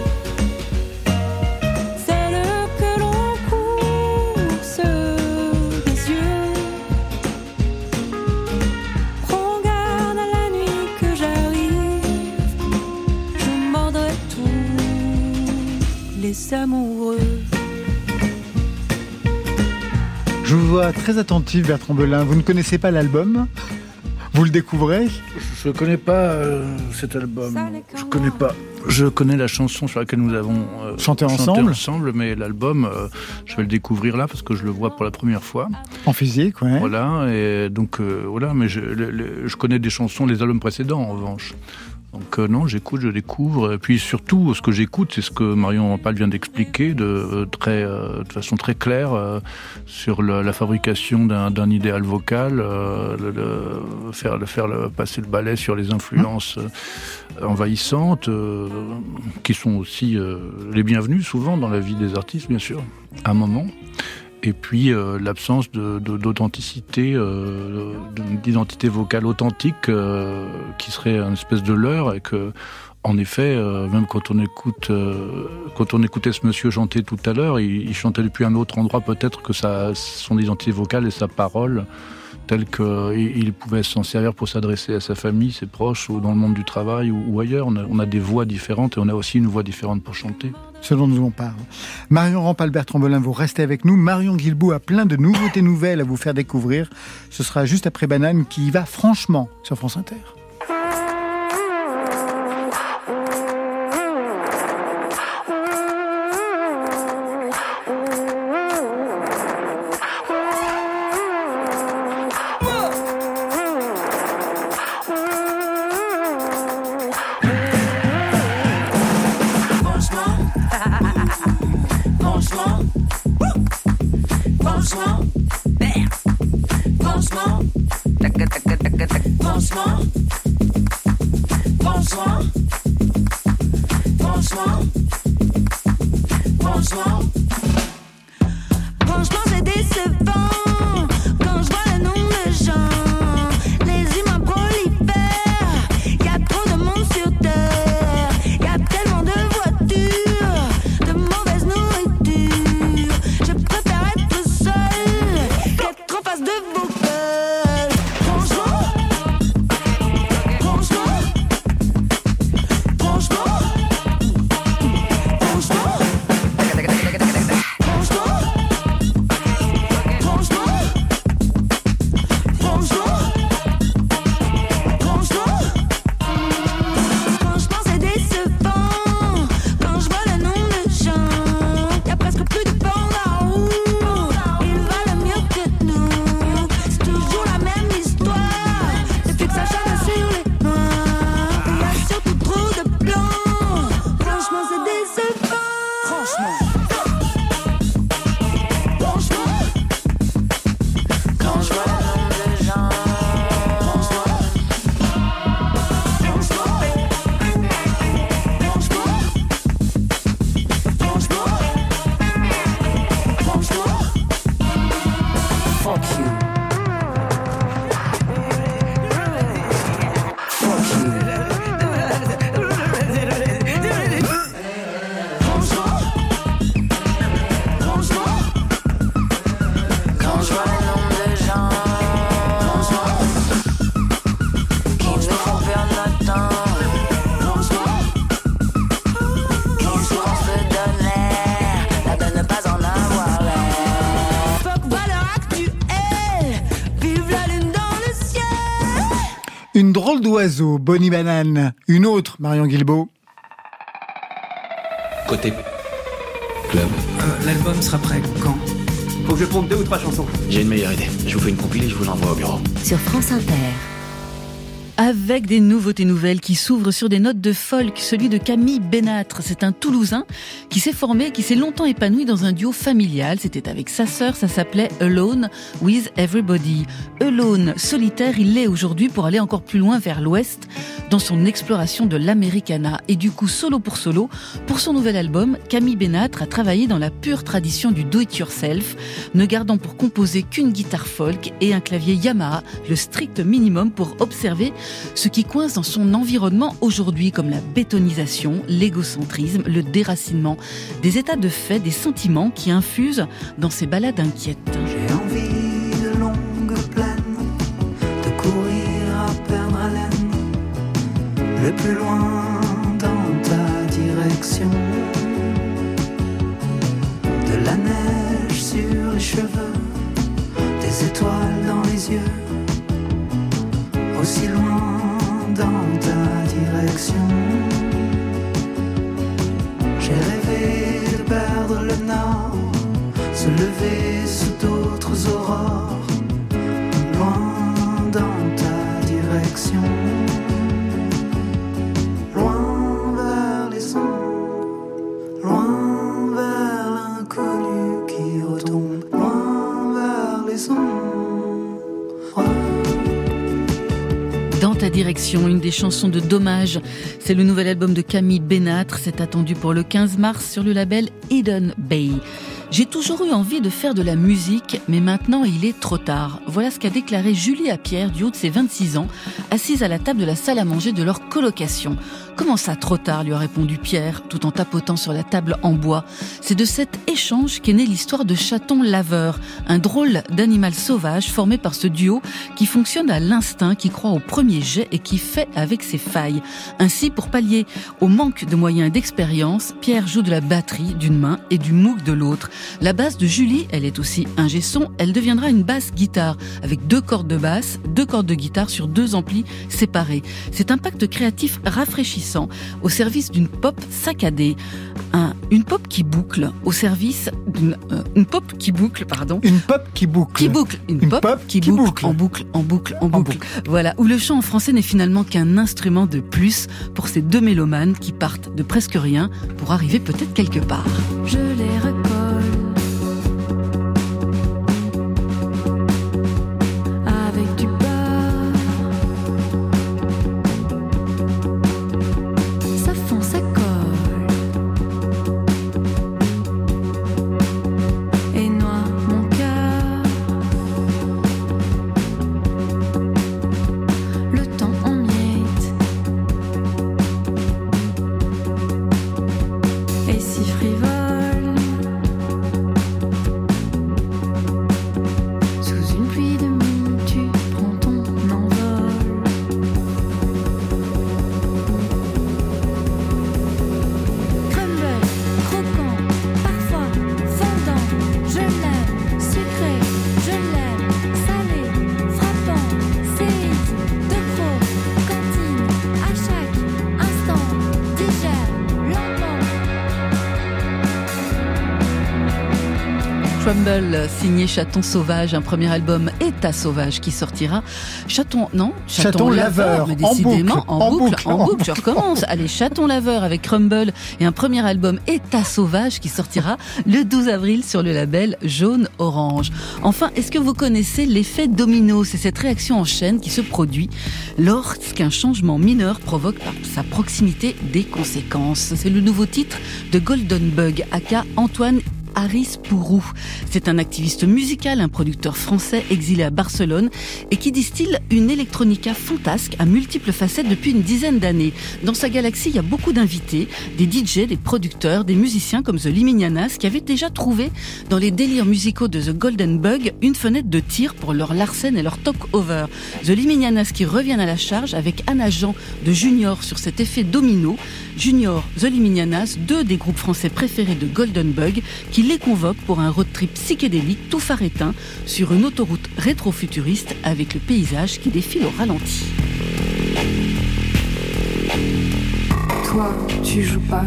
celle que l'on course des yeux. Prends garde à la nuit que j'arrive, je mordrai tous les amoureux. Je vous vois très attentif, Bertrand Belin. Vous ne connaissez pas l'album ? Vous le découvrez? Je ne connais pas euh, cet album. Je connais pas. Je connais la chanson sur laquelle nous avons euh, chanté chanté ensemble. ensemble, mais l'album, euh, je vais le découvrir là parce que je le vois pour la première fois. En physique, ouais. Voilà, et donc euh, voilà, mais je, le, le, je connais des chansons, les albums précédents en revanche. Donc euh, non, j'écoute, je découvre, et puis surtout, ce que j'écoute, c'est ce que Marion Rampal vient d'expliquer, de, euh, très, euh, de façon très claire, euh, sur le, la fabrication d'un, d'un idéal vocal, euh, le, le, faire, le, faire le, passer le balai sur les influences euh, envahissantes, euh, qui sont aussi euh, les bienvenues souvent dans la vie des artistes, bien sûr, à un moment. Et puis euh, l'absence de, de, d'authenticité, euh, d'identité vocale authentique, euh, qui serait une espèce de leurre, et que, en effet, euh, même quand on écoute, euh, quand on écoutait ce monsieur chanter tout à l'heure, il, il chantait depuis un autre endroit, peut-être que sa, son identité vocale et sa parole tel qu'il pouvait s'en servir pour s'adresser à sa famille, ses proches, ou dans le monde du travail, ou, ou ailleurs. On a, on a des voix différentes et on a aussi une voix différente pour chanter. Ce dont nous on parle. Marion Rampal, Bertrand Belin, vous restez avec nous. Marion Guilbault a plein de nouveautés nouvelles à vous faire découvrir. Ce sera juste après Banane qui y va franchement sur France Inter. Une drôle d'oiseau, Bonnie Banane. Une autre, Marion Guilbault. Côté club. Euh, l'album sera prêt quand ? Faut que je pompe deux ou trois chansons. J'ai une meilleure idée. Je vous fais une compile et je vous l'envoie au bureau. Sur France Inter. Avec des nouveautés nouvelles qui s'ouvrent sur des notes de folk, celui de Camille Bénâtre. C'est un Toulousain qui s'est formé, qui s'est longtemps épanoui dans un duo familial. C'était avec sa sœur, ça s'appelait Alone with Everybody. Alone, solitaire, il l'est aujourd'hui pour aller encore plus loin vers l'ouest dans son exploration de l'Americana. Et du coup, solo pour solo, pour son nouvel album, Camille Bénâtre a travaillé dans la pure tradition du do-it-yourself, ne gardant pour composer qu'une guitare folk et un clavier Yamaha, le strict minimum pour observer ce qui coince dans son environnement aujourd'hui, comme la bétonisation, l'égocentrisme, le déracinement, des états de fait, des sentiments qui infusent dans ces balades inquiètes. J'ai envie de longues plaines, de courir à perdre haleine, le plus loin dans ta direction, de la neige sur les cheveux, des étoiles dans les yeux, aussi loin dans ta direction. J'ai rêvé de perdre le nord, se lever sous d'autres aurores, loin dans ta direction, loin vers les sons, loin vers l'inconnu qui retombe, loin vers les sons. Dans ta direction, une des chansons de Dommage. C'est le nouvel album de Camille Bénâtre. C'est attendu pour le quinze mars sur le label Eden Bay. J'ai toujours eu envie de faire de la musique, mais maintenant il est trop tard. Voilà ce qu'a déclaré Julie Appière du haut de ses vingt-six ans assise à la table de la salle à manger de leur colocation. « Comment ça, trop tard ?» lui a répondu Pierre, tout en tapotant sur la table en bois. C'est de cet échange qu'est née l'histoire de Chaton Laveur, un drôle d'animal sauvage formé par ce duo qui fonctionne à l'instinct, qui croit au premier jet et qui fait avec ses failles. Ainsi, pour pallier au manque de moyens et d'expérience, Pierre joue de la batterie d'une main et du moog de l'autre. La basse de Julie, elle est aussi ingé son, elle deviendra une basse-guitare avec deux cordes de basse, deux cordes de guitare sur deux amplis séparés. C'est un pacte créatif rafraîchissant au service d'une pop saccadée. Un, une pop qui boucle au service d'une euh, une pop qui boucle, pardon. Une pop qui boucle. Qui boucle. Une, une pop, pop qui, qui boucle, boucle. En boucle, en boucle, en boucle. En boucle. Voilà. Où le chant en français n'est finalement qu'un instrument de plus pour ces deux mélomanes qui partent de presque rien pour arriver peut-être quelque part. Je les recolle avec du beurre. Ça fond, ça colle et noie mon cœur. Le temps en miettes et si frivole. Sous une pluie de mine, tu prends ton envol. Crumble, croquant, parfois fondant. Je l'aime, sucré, je l'aime, salé, frappant. Séries de gros, cantine, à chaque instant, digère lentement. Crumble, signé Chaton Sauvage, un premier album État Sauvage qui sortira. Chaton, non Chaton, Chaton Laveur, mais en décidément, boucle, en en boucle, boucle, en en boucle, je recommence. Allez, Chaton Laveur avec Crumble et un premier album État Sauvage qui sortira le douze avril sur le label Jaune Orange. Enfin, est-ce que vous connaissez l'effet domino? C'est cette réaction en chaîne qui se produit lorsqu'un changement mineur provoque par sa proximité des conséquences. C'est le nouveau titre de Golden Bug, aka Antoine Haris Pourou. C'est un activiste musical, un producteur français exilé à Barcelone et qui distille une electronica fantasque à multiples facettes depuis une dizaine d'années. Dans sa galaxie, il y a beaucoup d'invités, des D J, des producteurs, des musiciens comme The Liminianas qui avaient déjà trouvé dans les délires musicaux de The Golden Bug une fenêtre de tir pour leur Larsen et leur talk-over. The Liminianas qui reviennent à la charge avec Anna Jean de Junior sur cet effet domino. Junior, The Liminianas, deux des groupes français préférés de Golden Bug qui les convoque pour un road trip psychédélique tout phare éteint sur une autoroute rétro-futuriste avec le paysage qui défile au ralenti. Toi, tu joues pas.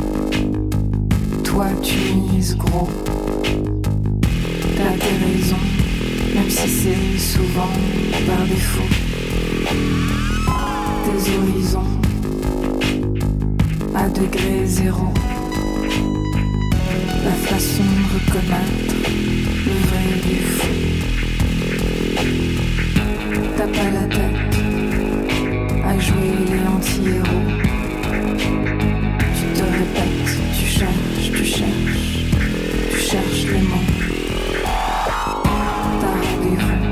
Toi, tu mises gros. T'as tes raisons, même si c'est souvent par défaut. Tes horizons à degré zéro. La façon de reconnaître le vrai du faux. T'as pas la tête à jouer les anti-héros. Tu te répètes, tu cherches, tu cherches, tu cherches les mots. T'as rendez-vous,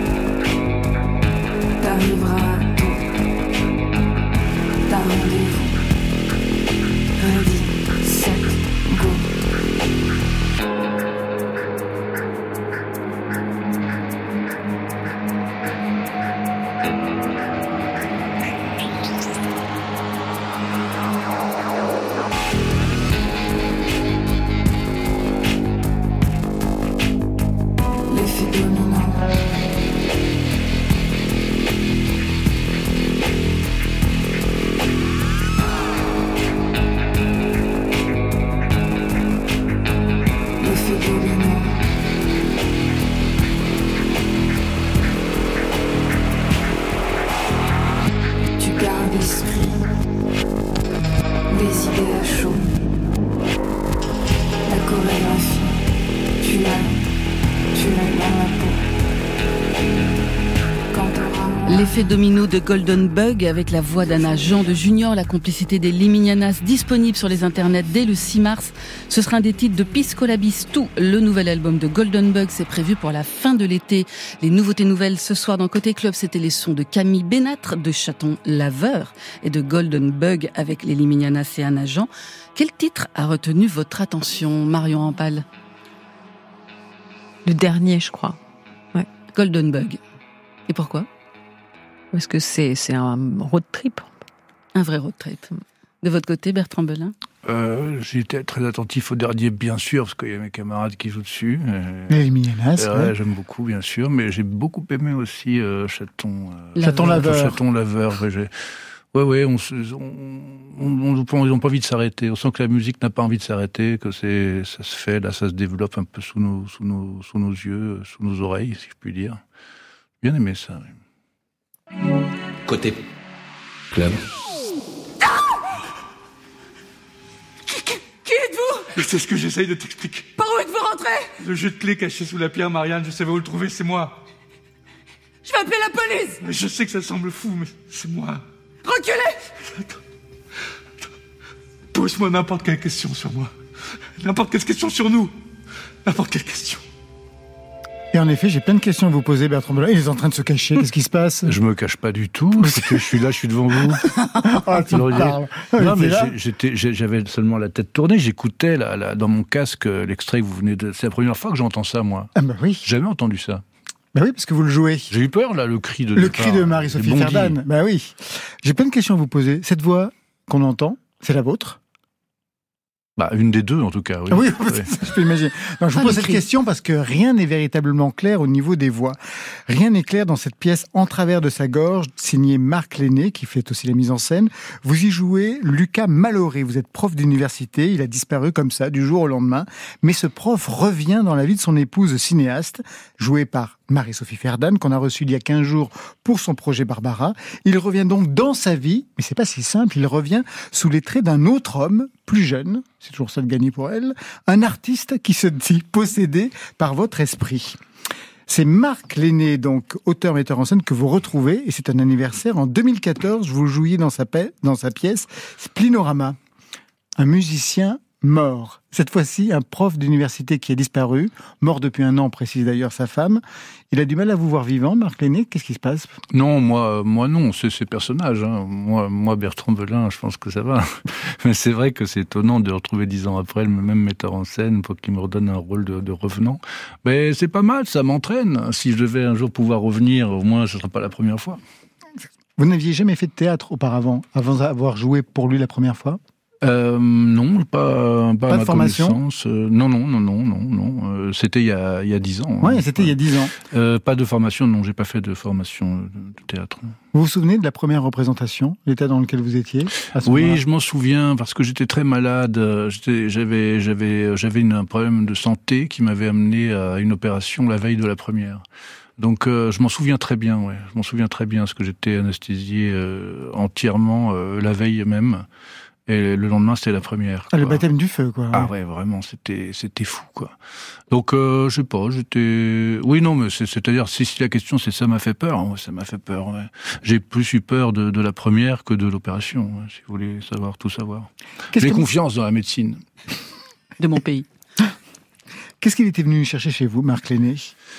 t'arriveras à tout. T'as rendez-vous, ready, set, go. L'effet domino de Golden Bug avec la voix d'Anna Jean de Junior, la complicité des Liminianas, disponible sur les internets dès le six mars. Ce sera un des titres de Pisco Labis tout. Le nouvel album de Golden Bug, c'est prévu pour la fin de l'été. Les nouveautés nouvelles ce soir dans Côté Club, c'était les sons de Camille Bénâtre, de Chaton Laveur et de Golden Bug avec les Liminianas et Anna Jean. Quel titre a retenu votre attention, Marion Rampal ? Le dernier, je crois. Ouais. Golden Bug. Et pourquoi ? Parce que c'est, c'est un road trip. Un vrai road trip. De votre côté, Bertrand Belin ? euh, J'ai été très attentif au dernier, bien sûr, parce qu'il y a mes camarades qui jouent dessus. Les Liminianas, ouais, ouais. J'aime beaucoup, bien sûr, mais j'ai beaucoup aimé aussi euh, Chaton... Euh, Chaton Laveur. Chaton Laveur, ouais, j'ai... Ouais, ouais, on on, on, on, ils n'ont pas envie de s'arrêter. On sent que la musique n'a pas envie de s'arrêter, que c'est, ça se fait, là, ça se développe un peu sous nos, sous nos, sous nos yeux, sous nos oreilles, si je puis dire. Bien aimé ça, oui. Côté club. Qui, qui, qui êtes-vous ? C'est ce que j'essaye de t'expliquer. Par où êtes-vous rentré ? Le jeu de clé caché sous la pierre, Marianne, je sais où le trouver, c'est moi. Je vais appeler la police. Mais je sais que ça semble fou, mais c'est moi. Reculez. Attends. Attends. Pose-moi n'importe quelle question sur moi. N'importe quelle question sur nous. N'importe quelle question. Et en effet, j'ai plein de questions à vous poser, Bertrand Belin. Il est en train de se cacher. Qu'est-ce qui se passe ? Je me cache pas du tout. Je suis là, je suis devant vous. Oh, tu me parles. Non, mais j'étais, j'avais seulement la tête tournée. J'écoutais là, là, dans mon casque l'extrait que vous venez de... C'est la première fois que j'entends ça, moi. Ah bah oui. J'ai jamais entendu ça. Bah oui, parce que vous le jouez. J'ai eu peur, là, le cri de... Le départ, cri de Marie-Sophie Ferdan. Bah oui. J'ai plein de questions à vous poser. Cette voix qu'on entend, c'est la vôtre ? Bah, une des deux, en tout cas, oui. Ah oui, oui. Je peux imaginer. Non, je vous Ah, pose cette cri. question parce que rien n'est véritablement clair au niveau des voix. Rien n'est clair dans cette pièce En travers de sa gorge, signée Marc Lenné, qui fait aussi la mise en scène. Vous y jouez Lucas Maloré. Vous êtes prof d'université. Il a disparu comme ça, du jour au lendemain. Mais ce prof revient dans la vie de son épouse cinéaste, jouée par Marie-Sophie Ferdan, qu'on a reçue il y a quinze jours pour son projet Barbara. Il revient donc dans sa vie, mais c'est pas si simple, il revient sous les traits d'un autre homme, plus jeune, c'est toujours ça de gagner pour elle, un artiste qui se dit possédé par votre esprit. C'est Marc Lenné, donc auteur-metteur en scène, que vous retrouvez, et c'est un anniversaire. En deux mille quatorze, vous jouiez dans sa, paix, dans sa pièce Splinorama, un musicien mort. Cette fois-ci, un prof d'université qui a disparu, mort depuis un an, précise d'ailleurs sa femme. Il a du mal à vous voir vivant, Marc Lenné. Qu'est-ce qui se passe ? Non, moi, moi non, c'est ces personnages. Hein. Moi, moi, Bertrand Belin, je pense que ça va. Mais c'est vrai que c'est étonnant de retrouver dix ans après le même metteur en scène pour qu'il me redonne un rôle de, de revenant. Mais c'est pas mal, ça m'entraîne. Si je devais un jour pouvoir revenir, au moins, ce ne sera pas la première fois. Vous n'aviez jamais fait de théâtre auparavant, avant d'avoir joué pour lui la première fois ? Euh, non, pas, pas, pas à de ma formation. connaissance. Euh, non, non, non, non, non, non. Euh, c'était il y a, il y a dix ans. Oui, hein. c'était il y a dix ans. Euh, pas de formation, non, j'ai pas fait de formation de théâtre. Vous vous souvenez de la première représentation, l'état dans lequel vous étiez à ce Oui, moment-là ? je m'en souviens parce que j'étais très malade. J'étais, j'avais, j'avais, j'avais une, un problème de santé qui m'avait amené à une opération la veille de la première. Donc euh, je m'en souviens très bien, ouais. Je m'en souviens très bien parce que j'étais anesthésié euh, entièrement euh, la veille même. Et le lendemain, c'était la première. Ah, le baptême du feu, quoi. Ah ouais, vraiment, c'était c'était fou, quoi. Donc, euh, je sais pas, j'étais... Oui, non, mais c'est, c'est-à-dire, si, si la question, c'est ça m'a fait peur, hein, ça m'a fait peur, ouais. J'ai plus eu peur de, de la première que de l'opération, ouais, si vous voulez savoir, tout savoir. Qu'est-ce J'ai que... confiance dans la médecine. De mon pays. Qu'est-ce qu'il était venu chercher chez vous, Marc Lenné ?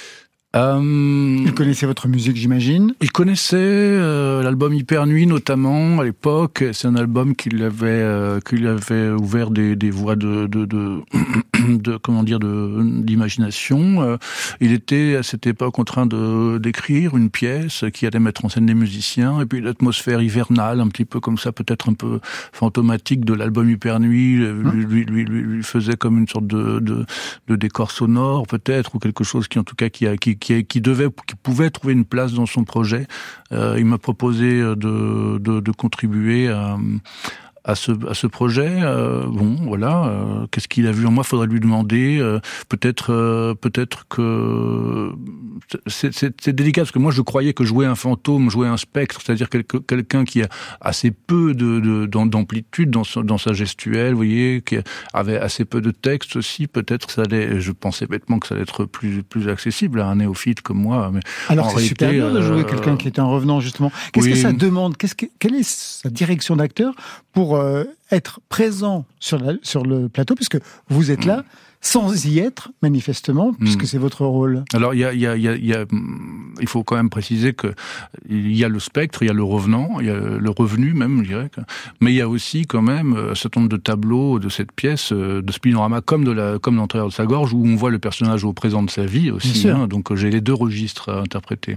Euh, Il connaissait votre musique, j'imagine. Il connaissait euh, l'album Hyper Nuit, notamment, à l'époque. C'est un album qui lui avait, euh, qui lui avait ouvert des, des voies de, de, de, de, comment dire, de, d'imagination. Euh, il était, à cette époque, en train de, d'écrire une pièce qui allait mettre en scène des musiciens. Et puis, l'atmosphère hivernale, un petit peu comme ça, peut-être un peu fantomatique de l'album Hyper Nuit, lui, lui, lui, lui, lui faisait comme une sorte de, de, de décor sonore, peut-être, ou quelque chose qui, en tout cas, qui a, qui Qui, qui devait, qui pouvait trouver une place dans son projet. Euh, il m'a proposé de, de, de contribuer à, à ce à ce projet. Euh, bon, voilà, euh, qu'est-ce qu'il a vu en moi? Faudrait lui demander. Euh, peut-être, euh, peut-être que c'est, c'est, c'est délicat parce que moi je croyais que jouer un fantôme, jouer un spectre, c'est-à-dire quelque, quelqu'un qui a assez peu de, de d'amplitude dans son, dans sa gestuelle, vous voyez, qui avait assez peu de texte aussi. Peut-être ça allait. Je pensais bêtement que ça allait être plus plus accessible à un néophyte comme moi. Mais alors en c'est réalité, super bien de jouer euh, quelqu'un qui est un revenant justement. Qu'est-ce oui. que ça demande? Qu'est-ce que, quelle est sa direction d'acteur pour euh, être présent sur, la, sur le plateau, puisque vous êtes là, sans y être, manifestement, puisque mmh. c'est votre rôle. Alors, il y a, il y a, il y a, il y a, il faut quand même préciser que il y a le spectre, il y a le revenant, il y a le revenu même, je dirais. Mais il y a aussi quand même un certain nombre de tableaux de cette pièce, de Spinorama, comme de la, comme dans L'Intérieur de sa gorge, où on voit le personnage au présent de sa vie aussi. Hein, donc, j'ai les deux registres à interpréter.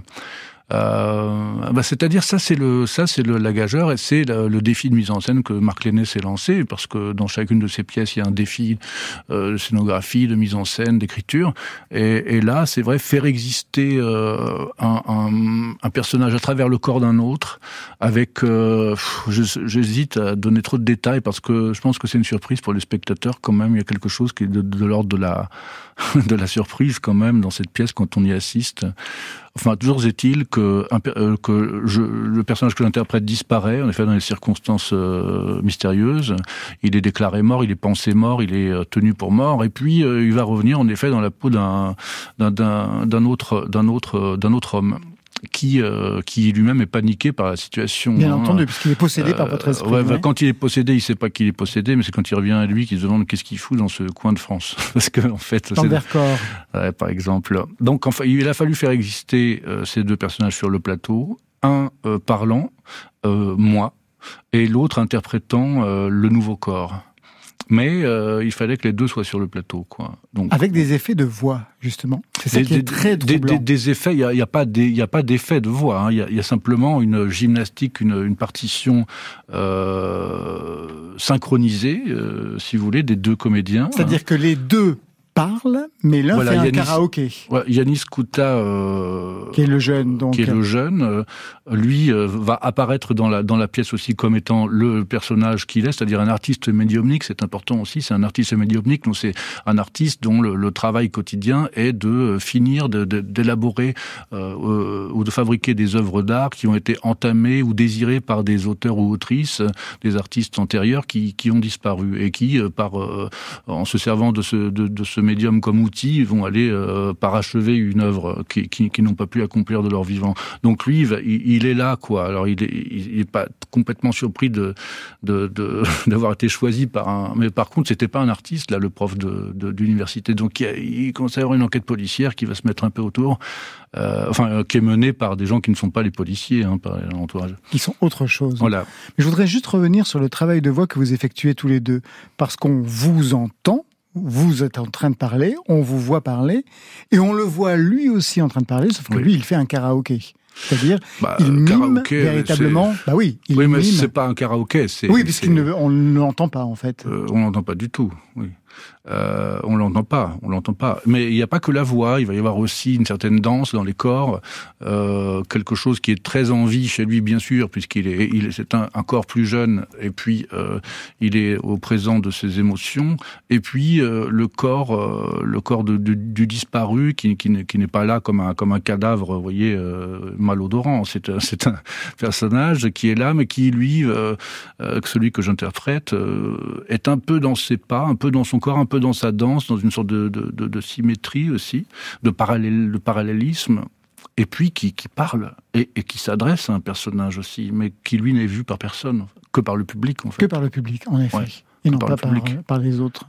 Euh, bah c'est-à-dire ça c'est le ça c'est le, la gageure et c'est le, le défi de mise en scène que Marc Lenné s'est lancé, parce que dans chacune de ses pièces il y a un défi euh, de scénographie, de mise en scène, d'écriture, et, et là c'est vrai, faire exister euh, un, un, un personnage à travers le corps d'un autre avec euh, je, j'hésite à donner trop de détails parce que je pense que c'est une surprise pour les spectateurs quand même. Il y a quelque chose qui est de, de l'ordre de la de la surprise quand même dans cette pièce quand on y assiste. Enfin, toujours est-il que, euh, que je, le personnage que j'interprète disparaît, en effet, dans des circonstances euh, mystérieuses. Il est déclaré mort, il est pensé mort, il est euh, tenu pour mort, et puis euh, il va revenir, en effet, dans la peau d'un, d'un, d'un, d'un autre, d'un autre, d'un autre homme. Qui, euh, qui lui-même est paniqué par la situation. Bien hein. entendu, puisqu'il est possédé euh, par votre esprit. Ouais, ouais. bah, quand il est possédé, il sait pas qu'il est possédé, mais c'est quand il revient à lui qu'il se demande qu'est-ce qu'il fout dans ce coin de France. Parce que en fait, dans c'est Vercors. Ouais, par exemple. Donc, enfin, il a fallu faire exister euh, ces deux personnages sur le plateau, un euh, parlant, euh, moi, et l'autre interprétant euh, le nouveau corps. Mais euh, il fallait que les deux soient sur le plateau, quoi. Donc, avec des effets de voix, justement. C'est ça des, qui est des, très des, troublant. des, des effets, il y a, y a pas des, il y a pas d'effet de voix. Hein. Il y a, y a simplement une gymnastique, une, une partition euh, synchronisée, euh, si vous voulez, des deux comédiens. C'est-à-dire hein. que les deux parle, mais l'un voilà, fait un Yanis, karaoké. Ouais, Yanis Kouta, euh, qui est le jeune, donc. Qui est le jeune, euh, lui euh, va apparaître dans la dans la pièce aussi comme étant le personnage qu'il est, c'est-à-dire un artiste médiumnique. C'est important aussi. C'est un artiste médiumnique, donc c'est un artiste dont le, le travail quotidien est de finir, de, de, d'élaborer euh, euh, ou de fabriquer des œuvres d'art qui ont été entamées ou désirées par des auteurs ou autrices, des artistes antérieurs qui qui ont disparu et qui, euh, par euh, en se servant de ce de, de ce médium comme outil, vont aller euh, parachever une œuvre qui, qui, qui n'ont pas pu accomplir de leur vivant. Donc lui, il, il est là, quoi. Alors il est, il est pas complètement surpris de, de, de d'avoir été choisi par un. Mais par contre, c'était pas un artiste là, le prof de, de d'université. Donc il, il commence à y avoir une enquête policière qui va se mettre un peu autour. Euh, enfin, euh, qui est menée par des gens qui ne sont pas les policiers, hein, par l'entourage. Qui sont autre chose. Voilà. Mais je voudrais juste revenir sur le travail de voix que vous effectuez tous les deux, parce qu'on vous entend. Vous êtes en train de parler, on vous voit parler, et on le voit lui aussi en train de parler, sauf que oui. lui, il fait un karaoké. C'est-à-dire, bah, il mime véritablement... C'est... Bah oui, il oui, mais mime. c'est pas un karaoké. C'est, oui, puisqu'on ne l'entend pas, en fait. Euh, on l'entend pas du tout, oui. Euh, on l'entend pas, on l'entend pas. Mais il n'y a pas que la voix, il va y avoir aussi une certaine danse dans les corps, euh, quelque chose qui est très en vie chez lui, bien sûr, puisqu'il est, il est, c'est un, un corps plus jeune, et puis euh, il est au présent de ses émotions, et puis euh, le corps, euh, le corps de, de, du disparu, qui, qui, n'est, qui n'est pas là comme un, comme un cadavre, vous voyez, euh, malodorant. C'est, c'est un personnage qui est là, mais qui lui, euh, euh, celui que j'interprète, euh, est un peu dans ses pas, un peu dans son corps, un peu dans sa danse, dans une sorte de, de, de, de symétrie aussi, de, parallèle, de parallélisme, et puis qui, qui parle, et, et qui s'adresse à un personnage aussi, mais qui lui n'est vu par personne, que par le public en fait. Que par le public, en effet, ouais, et non par pas par, par les autres.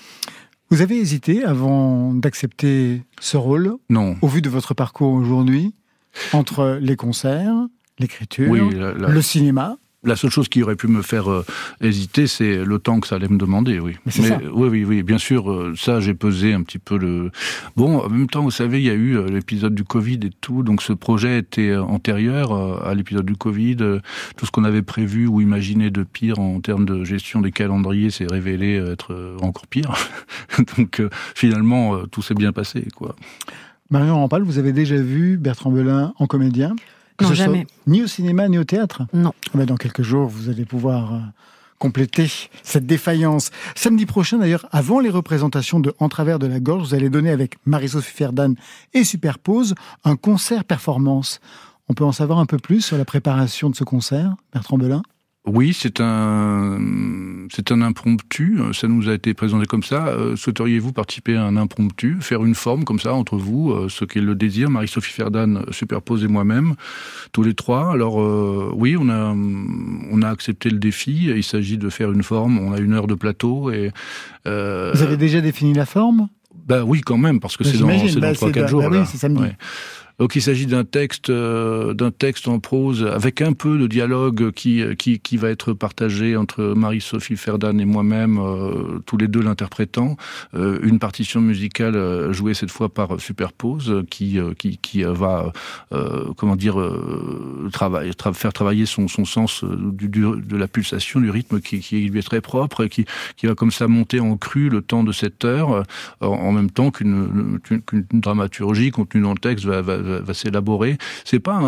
Vous avez hésité avant d'accepter ce rôle? Non. Au vu de votre parcours aujourd'hui, entre les concerts, l'écriture, oui, la, la... le cinéma? La seule chose qui aurait pu me faire euh, hésiter, c'est le temps que ça allait me demander, oui. Mais c'est Mais, ça. Oui, oui, oui, bien sûr, euh, ça, j'ai pesé un petit peu le... Bon, en même temps, vous savez, il y a eu euh, l'épisode du Covid et tout, donc ce projet était euh, antérieur euh, à l'épisode du Covid. Euh, tout ce qu'on avait prévu ou imaginé de pire en termes de gestion des calendriers s'est révélé être euh, encore pire. donc, euh, finalement, euh, tout s'est bien passé, quoi. Marion Rampal, vous avez déjà vu Bertrand Belin en comédien? Non, jamais. Ni au cinéma, ni au théâtre? Non. Mais dans quelques jours, vous allez pouvoir euh, compléter cette défaillance. Samedi prochain, d'ailleurs, avant les représentations de En travers de la gorge, vous allez donner avec Marie-Sophie Ferdan et Superpose un concert-performance. On peut en savoir un peu plus sur la préparation de ce concert, Bertrand Belin ? Oui, c'est un, c'est un impromptu. Ça nous a été présenté comme ça. Euh, souhaiteriez-vous participer à un impromptu, faire une forme comme ça entre vous, euh, ceux qui le désirent, Marie-Sophie Ferdan, Superpose et moi-même, tous les trois. Alors euh, oui, on a, on a accepté le défi. Il s'agit de faire une forme. On a une heure de plateau et. Euh, vous avez déjà défini la forme ? Bah oui, quand même, parce que bah, c'est dans, c'est bah, dans trois quatre jours. Bah, là. oui, c'est samedi. Ouais. Donc il s'agit d'un texte, euh, d'un texte en prose avec un peu de dialogue qui qui qui va être partagé entre Marie-Sophie Ferdan et moi-même, euh, tous les deux l'interprétant. Euh, une partition musicale euh, jouée cette fois par Superpose, qui euh, qui qui va euh, comment dire euh, travailler, tra- faire travailler son son sens du, du de la pulsation, du rythme qui qui lui est très propre, et qui qui va comme ça monter en crue le temps de cette heure, euh, en, en même temps qu'une, qu'une qu'une dramaturgie contenue dans le texte va va va s'élaborer. C'est pas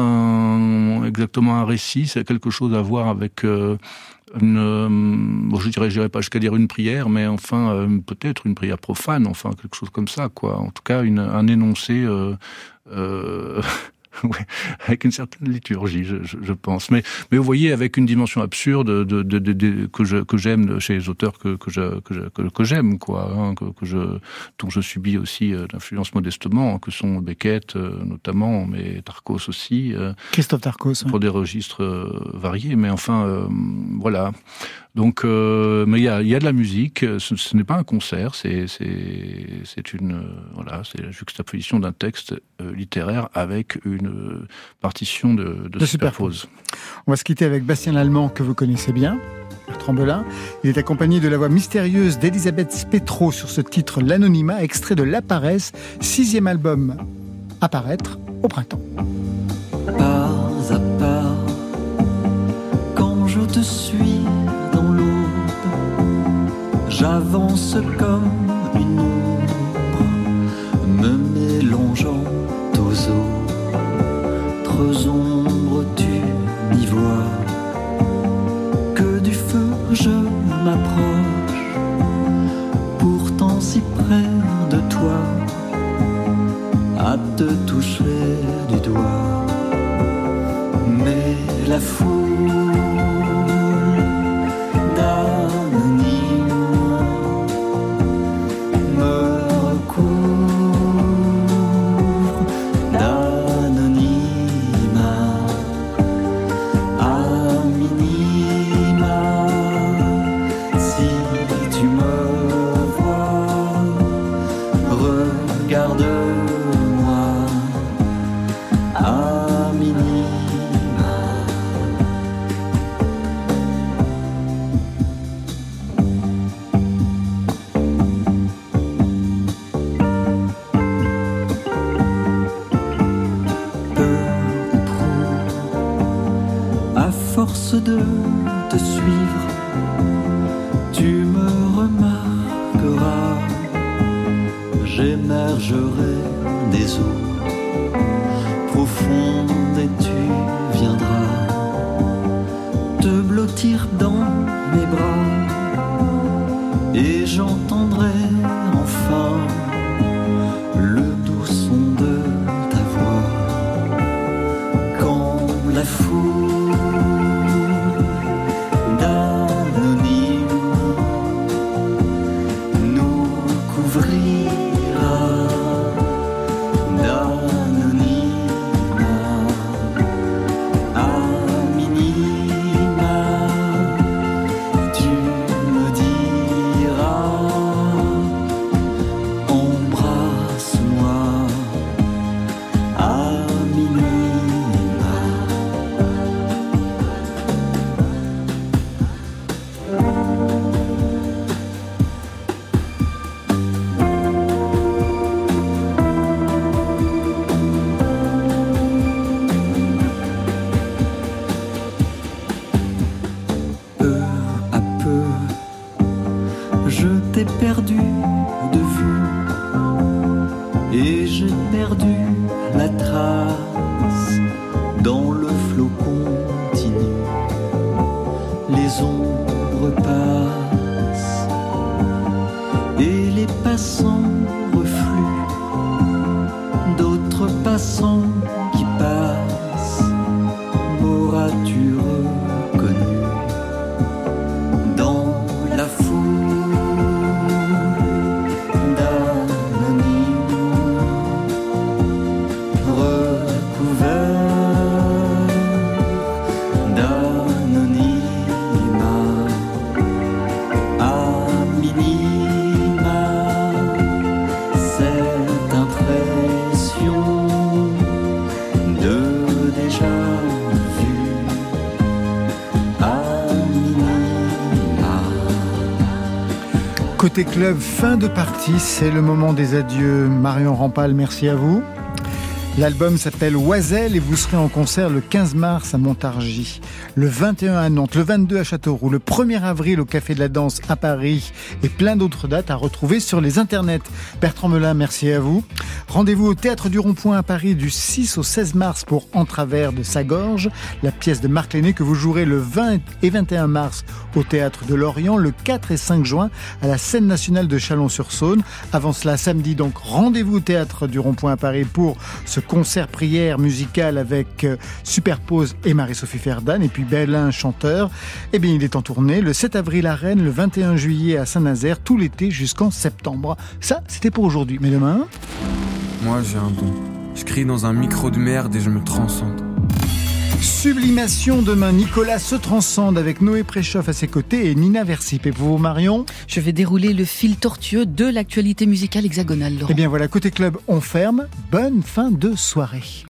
un, exactement un récit, c'est quelque chose à voir avec euh, une, euh, bon, je dirais, je dirais pas jusqu'à dire une prière, mais enfin euh, peut-être une prière profane, enfin quelque chose comme ça, quoi. En tout cas, une, un énoncé. Euh, euh, Oui, avec une certaine liturgie, je, je, je pense. Mais, mais vous voyez, avec une dimension absurde de, de, de, de, que, je, que j'aime chez les auteurs que, que, je, que, je, que, que j'aime, quoi, hein, que, que je, dont je subis aussi euh, l'influence modestement, hein, que sont Beckett euh, notamment, mais Tarkos aussi. Euh, Christophe Tarkos. Pour oui. des registres euh, variés, mais enfin, euh, voilà. Donc, euh, mais il y a, y a de la musique. Ce, ce n'est pas un concert, c'est, c'est, c'est une, euh, voilà, c'est la juxtaposition d'un texte euh, littéraire avec une euh, partition de, de, de Superpose. On va se quitter avec Bastien Lallemand, que vous connaissez bien, Bertrand Belin. Il est accompagné de la voix mystérieuse d'Elisabeth Spetro sur ce titre L'Anonymat, extrait de La Paresse, sixième album à paraître au printemps. Pas à pas, quand je te suis dans l'aube, j'avance comme une ombre, me mélangeant aux autres ombres, tu n'y vois que du feu, je m'approche, pourtant si près de toi, à te toucher du doigt, mais la foule d'anonymes me recouvre d'anonymat à minima. Si tu me vois, regarde-moi à minima. À force de te suivre, tu me remarqueras, j'émergerai des eaux profondes et tu viendras te blottir dans mes bras et j'entendrai enfin le doux son de ta voix quand la foule d'anonymes nous couvrira d'anonymat à minima. Tu me diras, embrasse-moi à minima. Peu à peu, je t'ai perdu de vue et j'ai perdu la trace dans le flot continu. Les ombres Côté club, fin de partie, c'est le moment des adieux. Marion Rampal, merci à vous. L'album s'appelle Oiselle et vous serez en concert le quinze mars à Montargis, le vingt et un à Nantes, le vingt-deux à Châteauroux, le premier avril au Café de la Danse à Paris et plein d'autres dates à retrouver sur les internets. Bertrand Melin, merci à vous. Rendez-vous au Théâtre du Rond-Point à Paris du six au seize mars pour En travers de sa gorge, la pièce de Marc Lenné que vous jouerez le vingt et vingt et un mars au Théâtre de Lorient, le quatre et cinq juin à la Scène nationale de Chalon-sur-Saône. Avant cela, samedi, donc rendez-vous au Théâtre du Rond-Point à Paris pour ce concert prière musical avec euh, Superpose et Marie-Sophie Ferdan et puis Bellin chanteur. Eh bien, il est en tournée le sept avril à Rennes, le vingt et un juillet à Saint-Nazaire, tout l'été jusqu'en septembre. Ça, c'était pour aujourd'hui. Mais demain... Moi, j'ai un don. Je crie dans un micro de merde et je me transcende. Sublimation demain, Nicolas se transcende avec Noé Préchoff à ses côtés et Nina Versip. Et pour vous, Marion ? Je vais dérouler le fil tortueux de l'actualité musicale hexagonale, Laurent. Eh bien voilà, côté club, on ferme. Bonne fin de soirée.